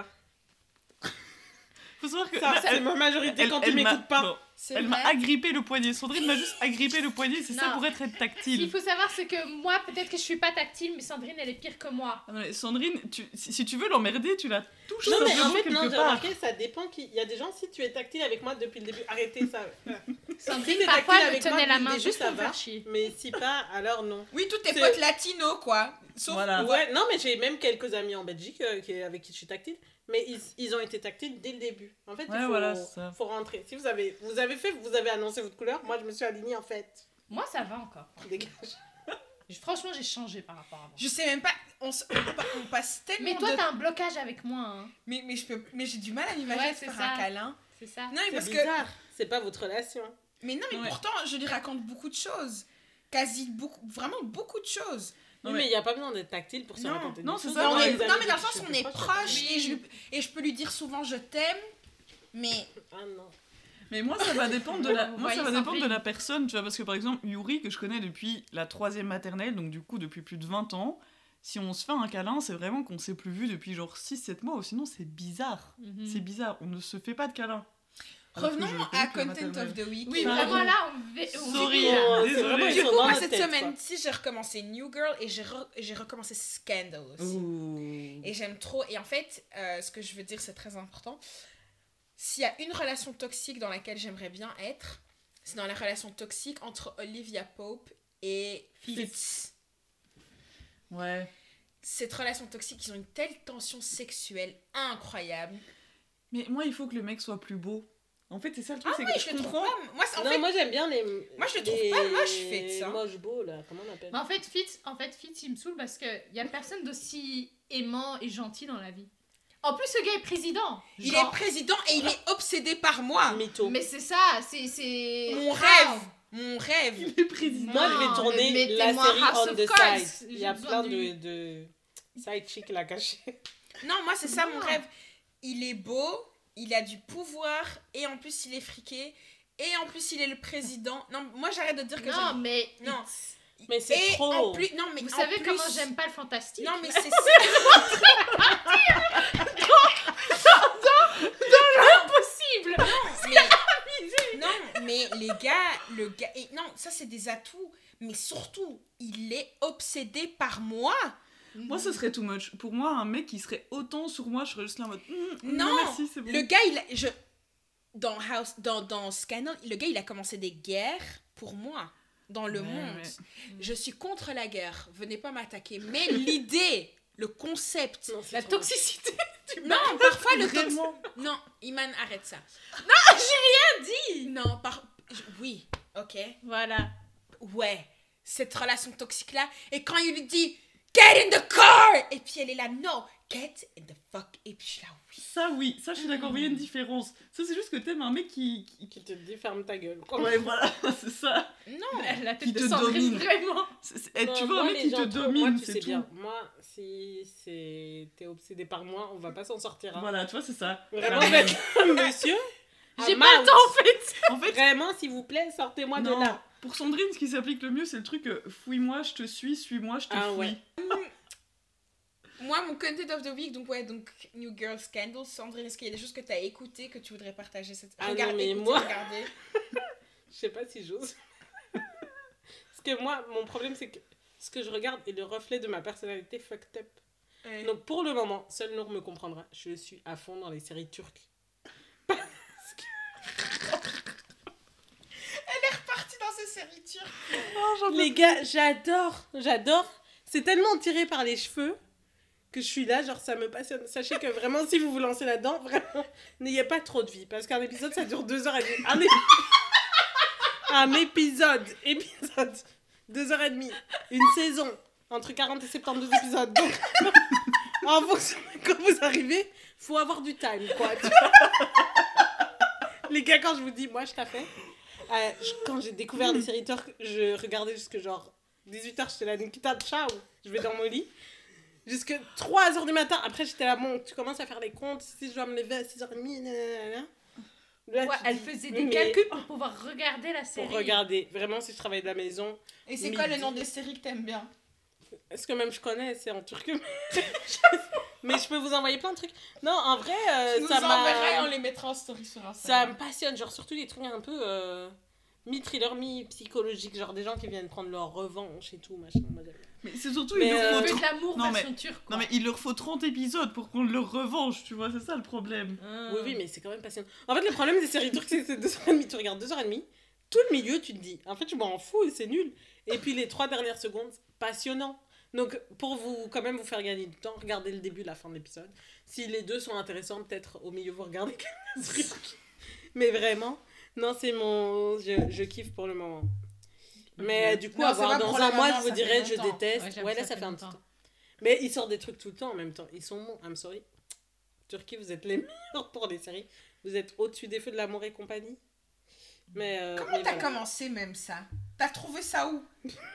Faut savoir que Ça, là, c'est ma majorité quand tu m'a- m'écoutes pas. non, C'est elle m'a vrai. agrippé le poignet. Sandrine m'a juste agrippé le poignet. C'est ça Non. pour être Ce qu'il tactile. faut savoir, c'est que moi, peut-être que je suis pas tactile, mais Sandrine, elle est pire que moi. Ah non, mais Sandrine, si tu veux l'emmerder, tu la touches Non, mais en simplement fait, quelque non, j'ai part. remarqué, ça dépend qui. Il y a des gens, si tu es tactile avec moi depuis le début, arrêtez ça. Sandrine, t'es parfois, tactile elle me avec moi tenait la depuis le main début, juste ça pour me va. faire chier. Mais si pas, alors non. Oui, tous tes C'est- potes latinos, quoi. Sauf Voilà. Ouais, non, mais j'ai même quelques amis en Belgique avec qui je suis tactile. Mais ils ont été tactiles dès le début. En fait, Ouais, il faut, voilà, c'est ça. faut rentrer. Si vous avez annoncé votre couleur, moi je me suis alignée en fait. Moi, ça va encore. Dégage. Franchement, j'ai changé par rapport à avant. je sais même pas. On passe tellement Mais toi, de. t'as un blocage avec moi, hein. Mais j'ai du mal à m'imaginer Ouais, se c'est faire ça. un câlin. C'est ça. Non, mais C'est parce que. bizarre. C'est pas votre relation. Mais non, mais Ouais. pourtant, je lui raconte beaucoup de choses. Vraiment beaucoup de choses. Non, Oui, mais- mais il n'y a pas besoin d'être tactile pour se Non. raconter des Non, c'est choses. ça, Non, ouais. mais, Les non, amis mais dans le avec sens qui où je on suis est plus proches Oui. et je peux lui dire souvent je t'aime, mais Ah non. Mais moi, ça va dépendre de la, Vous moi, ça va voyez, dépendre de Sandrine. la personne, tu vois, parce que par exemple, Yuri, que je connais depuis la 3e maternelle, donc du coup depuis plus de 20 ans, si on se fait un câlin, c'est vraiment qu'on s'est plus vu depuis genre 6-7 mois, ou sinon c'est bizarre. Mhm. C'est bizarre, on ne se fait pas de câlin. Revenons je à connais que le Content maternel. of the Week. Oui, Pardon. vraiment là, on Sorry. vit là. C'est Désolée. vraiment, ils Du sont coup, dans moi, notre cette tête, semaine-ci, j'ai recommencé New Girl et j'ai recommencé Scandal aussi. Ouh. Et j'aime trop. Et en fait, ce que je veux dire, c'est très important. S'il y a une relation toxique dans laquelle j'aimerais bien être, c'est dans la relation toxique entre Olivia Pope et Fitz. Ouais. Cette relation toxique, ils ont une telle tension sexuelle incroyable. Mais moi, il faut que le mec soit plus beau. En fait, c'est ça le truc, Ah c'est oui, que je je le trouve comprends. pas. Moi, Non, moi j'aime bien les. Moi, je le trouve pas moche, Fitz, hein. Moche beau là, comment on appelle? Mais en fait, Fitz, il me saoule parce qu'il y a personne d'aussi aimant et gentil dans la vie. En plus, ce gars est président. il Genre, est président et il est obsédé par moi. Mytho. Mais c'est ça, c'est... Mon Wow. rêve. Mon rêve. Il est président. Moi, je Non, vais tourner mais la mettez-moi série House On of the Cards. Side. Il y J'ai a besoin plein du- de side chicks là cachés. Non, moi, c'est ça Non. mon rêve. Il est beau, il a du pouvoir, et en plus, il est friqué, et en plus, il est le président. Non, moi, j'arrête de dire que Non, mais... Non. Mais c'est et trop. En plus, non, mais Vous en savez plus- comment j'aime pas le fantastique? Non, mais c'est Impossible. non, mais le gars, et non, ça c'est des atouts, mais surtout, il est obsédé par moi. Moi, ce serait too much. Pour moi, un mec qui serait autant sur moi, je serais juste là en mode. Non, merci, c'est bon. Le gars, dans Scandal, le gars, il a commencé des guerres pour moi dans le Ouais, monde. mais- Je suis contre la guerre. Venez pas m'attaquer. Mais l'idée, le concept, Non, c'est La trop. toxicité. non, parfois le Vraiment. non, Iman, arrête ça. Dis. Non, oui, ok, Voilà. ouais, cette relation toxique là. Et quand il lui dit Get in the car, et puis elle est là, non, get in the fuck. Et puis je suis là, oui. Ça, je suis d'accord, mais il y a une différence. Ça, c'est juste que t'aimes un mec qui. Qui te dit ferme ta gueule. quoi. Ouais, voilà, c'est ça. Non, La tête Qui de te Sandrine, domine. vraiment. Eh, Non, tu vois, moi, un mec les qui te gens trop- domine, moi, tu c'est sais tout. bien. Moi, si t'es obsédé par moi, on va pas s'en sortir. Hein. Voilà, tu vois, c'est ça. Vraiment, La même. monsieur. J'ai I'm pas le out. temps en fait. En fait, Vraiment, s'il vous plaît, sortez-moi de non. là. Pour Sandrine, ce qui s'applique le mieux, c'est le truc fouille-moi, je te suis-moi, je te Ah fouille. ouais. moi, mon content of the week, donc ouais, donc New Girl Scandal. Sandrine, est-ce qu'il y a des choses que tu as écoutées que tu voudrais partager cette... Ah non, Regarde, mais écoutez, moi- regardez. Je sais pas si j'ose. Parce que moi, mon problème, c'est que ce que je regarde est le reflet de ma personnalité fucked up. Ouais. Donc pour le moment, seul Nour me comprendra. Je suis à fond dans les séries turques. Parti dans ces séries turques. Les gars, j'adore. C'est tellement tiré par les cheveux que je suis là, genre ça me passionne. Sachez que vraiment, si vous vous lancez là-dedans, vraiment, n'ayez pas trop de vie. Parce qu'un épisode, ça dure 2h30. Un épisode. 2h30. Une saison. Entre 40 et 72 épisodes. Donc, en fonction de quand vous arrivez, faut avoir du time, quoi. tu vois. Les gars, quand je vous dis, moi, je t'ai fait. Quand j'ai découvert les séries turques, je regardais jusque genre 18h, j'étais là, Nikita, ciao, je vais dans mon lit. Jusque 3h du matin, après j'étais là, bon, tu commences à faire les comptes, si je dois me lever à 6h30, nanana. Là, Ouais, tu elle dis, faisait oui, des mais calculs pour pouvoir regarder la série. Pour regarder, vraiment, si je travaille de la maison. Et c'est quoi le Midi. nom des séries que t'aimes bien? Est-ce que même je connais, c'est en turc. Mais je peux vous envoyer plein de trucs. Non, en vrai, Tu nous ça enverras et on m'a... les mettra en story sur Ça Instagram. me passionne, genre surtout les trucs un peu mi-thriller, mi-psychologique, genre des gens qui viennent prendre leur revanche et tout, machin. Mais c'est surtout, Mais, il leur Le faut feu de l'amour Non, version turque. Non mais il leur faut 30 épisodes pour prendre leur revanche, tu vois, c'est ça le problème. Oui, mais c'est quand même passionnant. En fait, le problème des séries turques, c'est que c'est 2h30, tu regardes 2h30, tout le milieu, tu te dis, en fait, je m'en fous, c'est nul. Et puis les 3 dernières secondes, passionnant. Donc, pour vous, quand même, vous faire gagner du temps, regardez le début, la fin de l'épisode. Si les deux sont intéressants, peut-être au milieu, vous regardez quelques trucs. Mais vraiment, non, c'est mon... Je kiffe pour le moment. Mais du coup, Non, c'est avoir vrai, dans pour un le mois, moment, je vous ça fait dirais, je longtemps. déteste. Ouais, j'avoue, Ouais, là, ça ça fait fait un petit longtemps. temps. Mais ils sortent des trucs tout le temps en même temps. Ils sont bons, I'm sorry. Turquie, vous êtes les meilleurs pour les séries. Vous êtes au-dessus des feux de l'amour et compagnie. Mais Comment mais t'as voilà. commencé même ça? T'as trouvé ça où?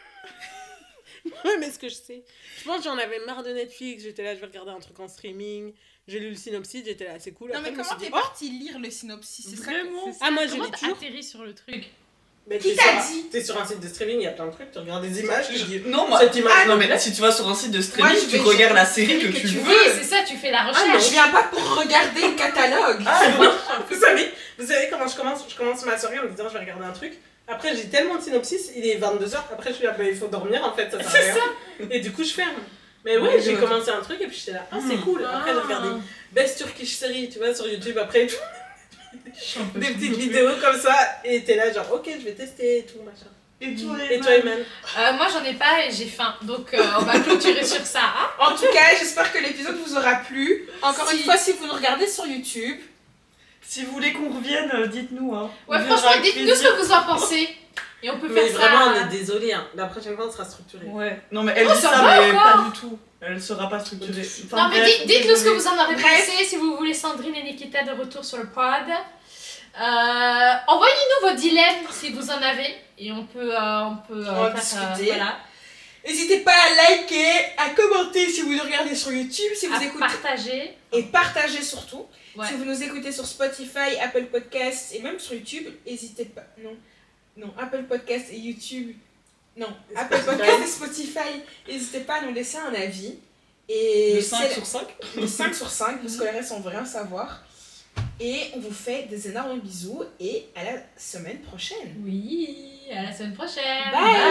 Ouais, mais ce que je sais. Je pense que j'en avais marre de Netflix. J'étais là, je vais regarder un truc en streaming. J'ai lu le synopsis, j'étais là, c'est cool. Non Après, mais je me comment suis t'es dit, oh, parti lire le synopsis? C'est ça que- Vraiment? c'est ça. Ah, moi, je Comment l'ai t'as toujours. atterri sur le truc? Mais Qui t'es t'a sur- dit? T'es sur un site de streaming, il y a plein de trucs. Tu regardes des images, tu dis. Non, moi, Cette image, non mais là, si tu vas sur un site de streaming, Moi, je tu vais regardes la gérer série le que streaming tu que tu veux. Oui, c'est ça, tu fais la Ah, mais recherche. je viens pas pour regarder le catalogue. Vous savez, Vous savez comment je commence ma soirée en me disant je vais regarder un truc. Après j'ai tellement de synopsis, il est 22h, après je suis là, bah, il faut dormir en fait, ça sert à rien. Et du coup je ferme. Mais ouais, j'ai commencé un truc et puis j'étais là, ah c'est cool. Après j'ai regardé Best Turkish Series, tu vois, sur YouTube après et tout. Des petites vidéos comme ça, et t'es là genre ok je vais tester et tout machin. Et toi, Eman? Moi j'en ai pas et j'ai faim, donc on va clôturer sur ça. Hein. En tout cas, j'espère que l'épisode vous aura plu. Encore une fois, si vous nous regardez sur YouTube, si vous voulez qu'on revienne, dites-nous. Hein. Ouais, franchement, dites-nous ce que vous en pensez. Et on peut mais faire vraiment, ça. on est désolé, hein. La prochaine fois on sera structuré. Ouais, non mais elle dit ça, mais pas du tout. Elle sera pas structurée. Enfin, non, mais dites-nous ce que vous en aurez Bref. pensé. Si vous voulez Sandrine et Nikita de retour sur le pod. Envoyez-nous vos dilemmes si vous en avez. Et on peut faire, discuter. voilà. N'hésitez pas à liker, à commenter si vous nous regardez sur YouTube, si vous À écoutez. partager. Et partagez surtout. Ouais. Si vous nous écoutez sur Spotify, Apple Podcasts et même sur YouTube, n'hésitez pas. Non, Apple Podcasts et YouTube. Non, Et Apple Spotify. Podcasts et Spotify. N'hésitez pas à nous laisser un avis. Et de 5 sur 5. de 5 sur 5, parce que le reste on veut rien savoir. Et on vous fait des énormes bisous et à la semaine prochaine. Oui, à la semaine prochaine. Bye.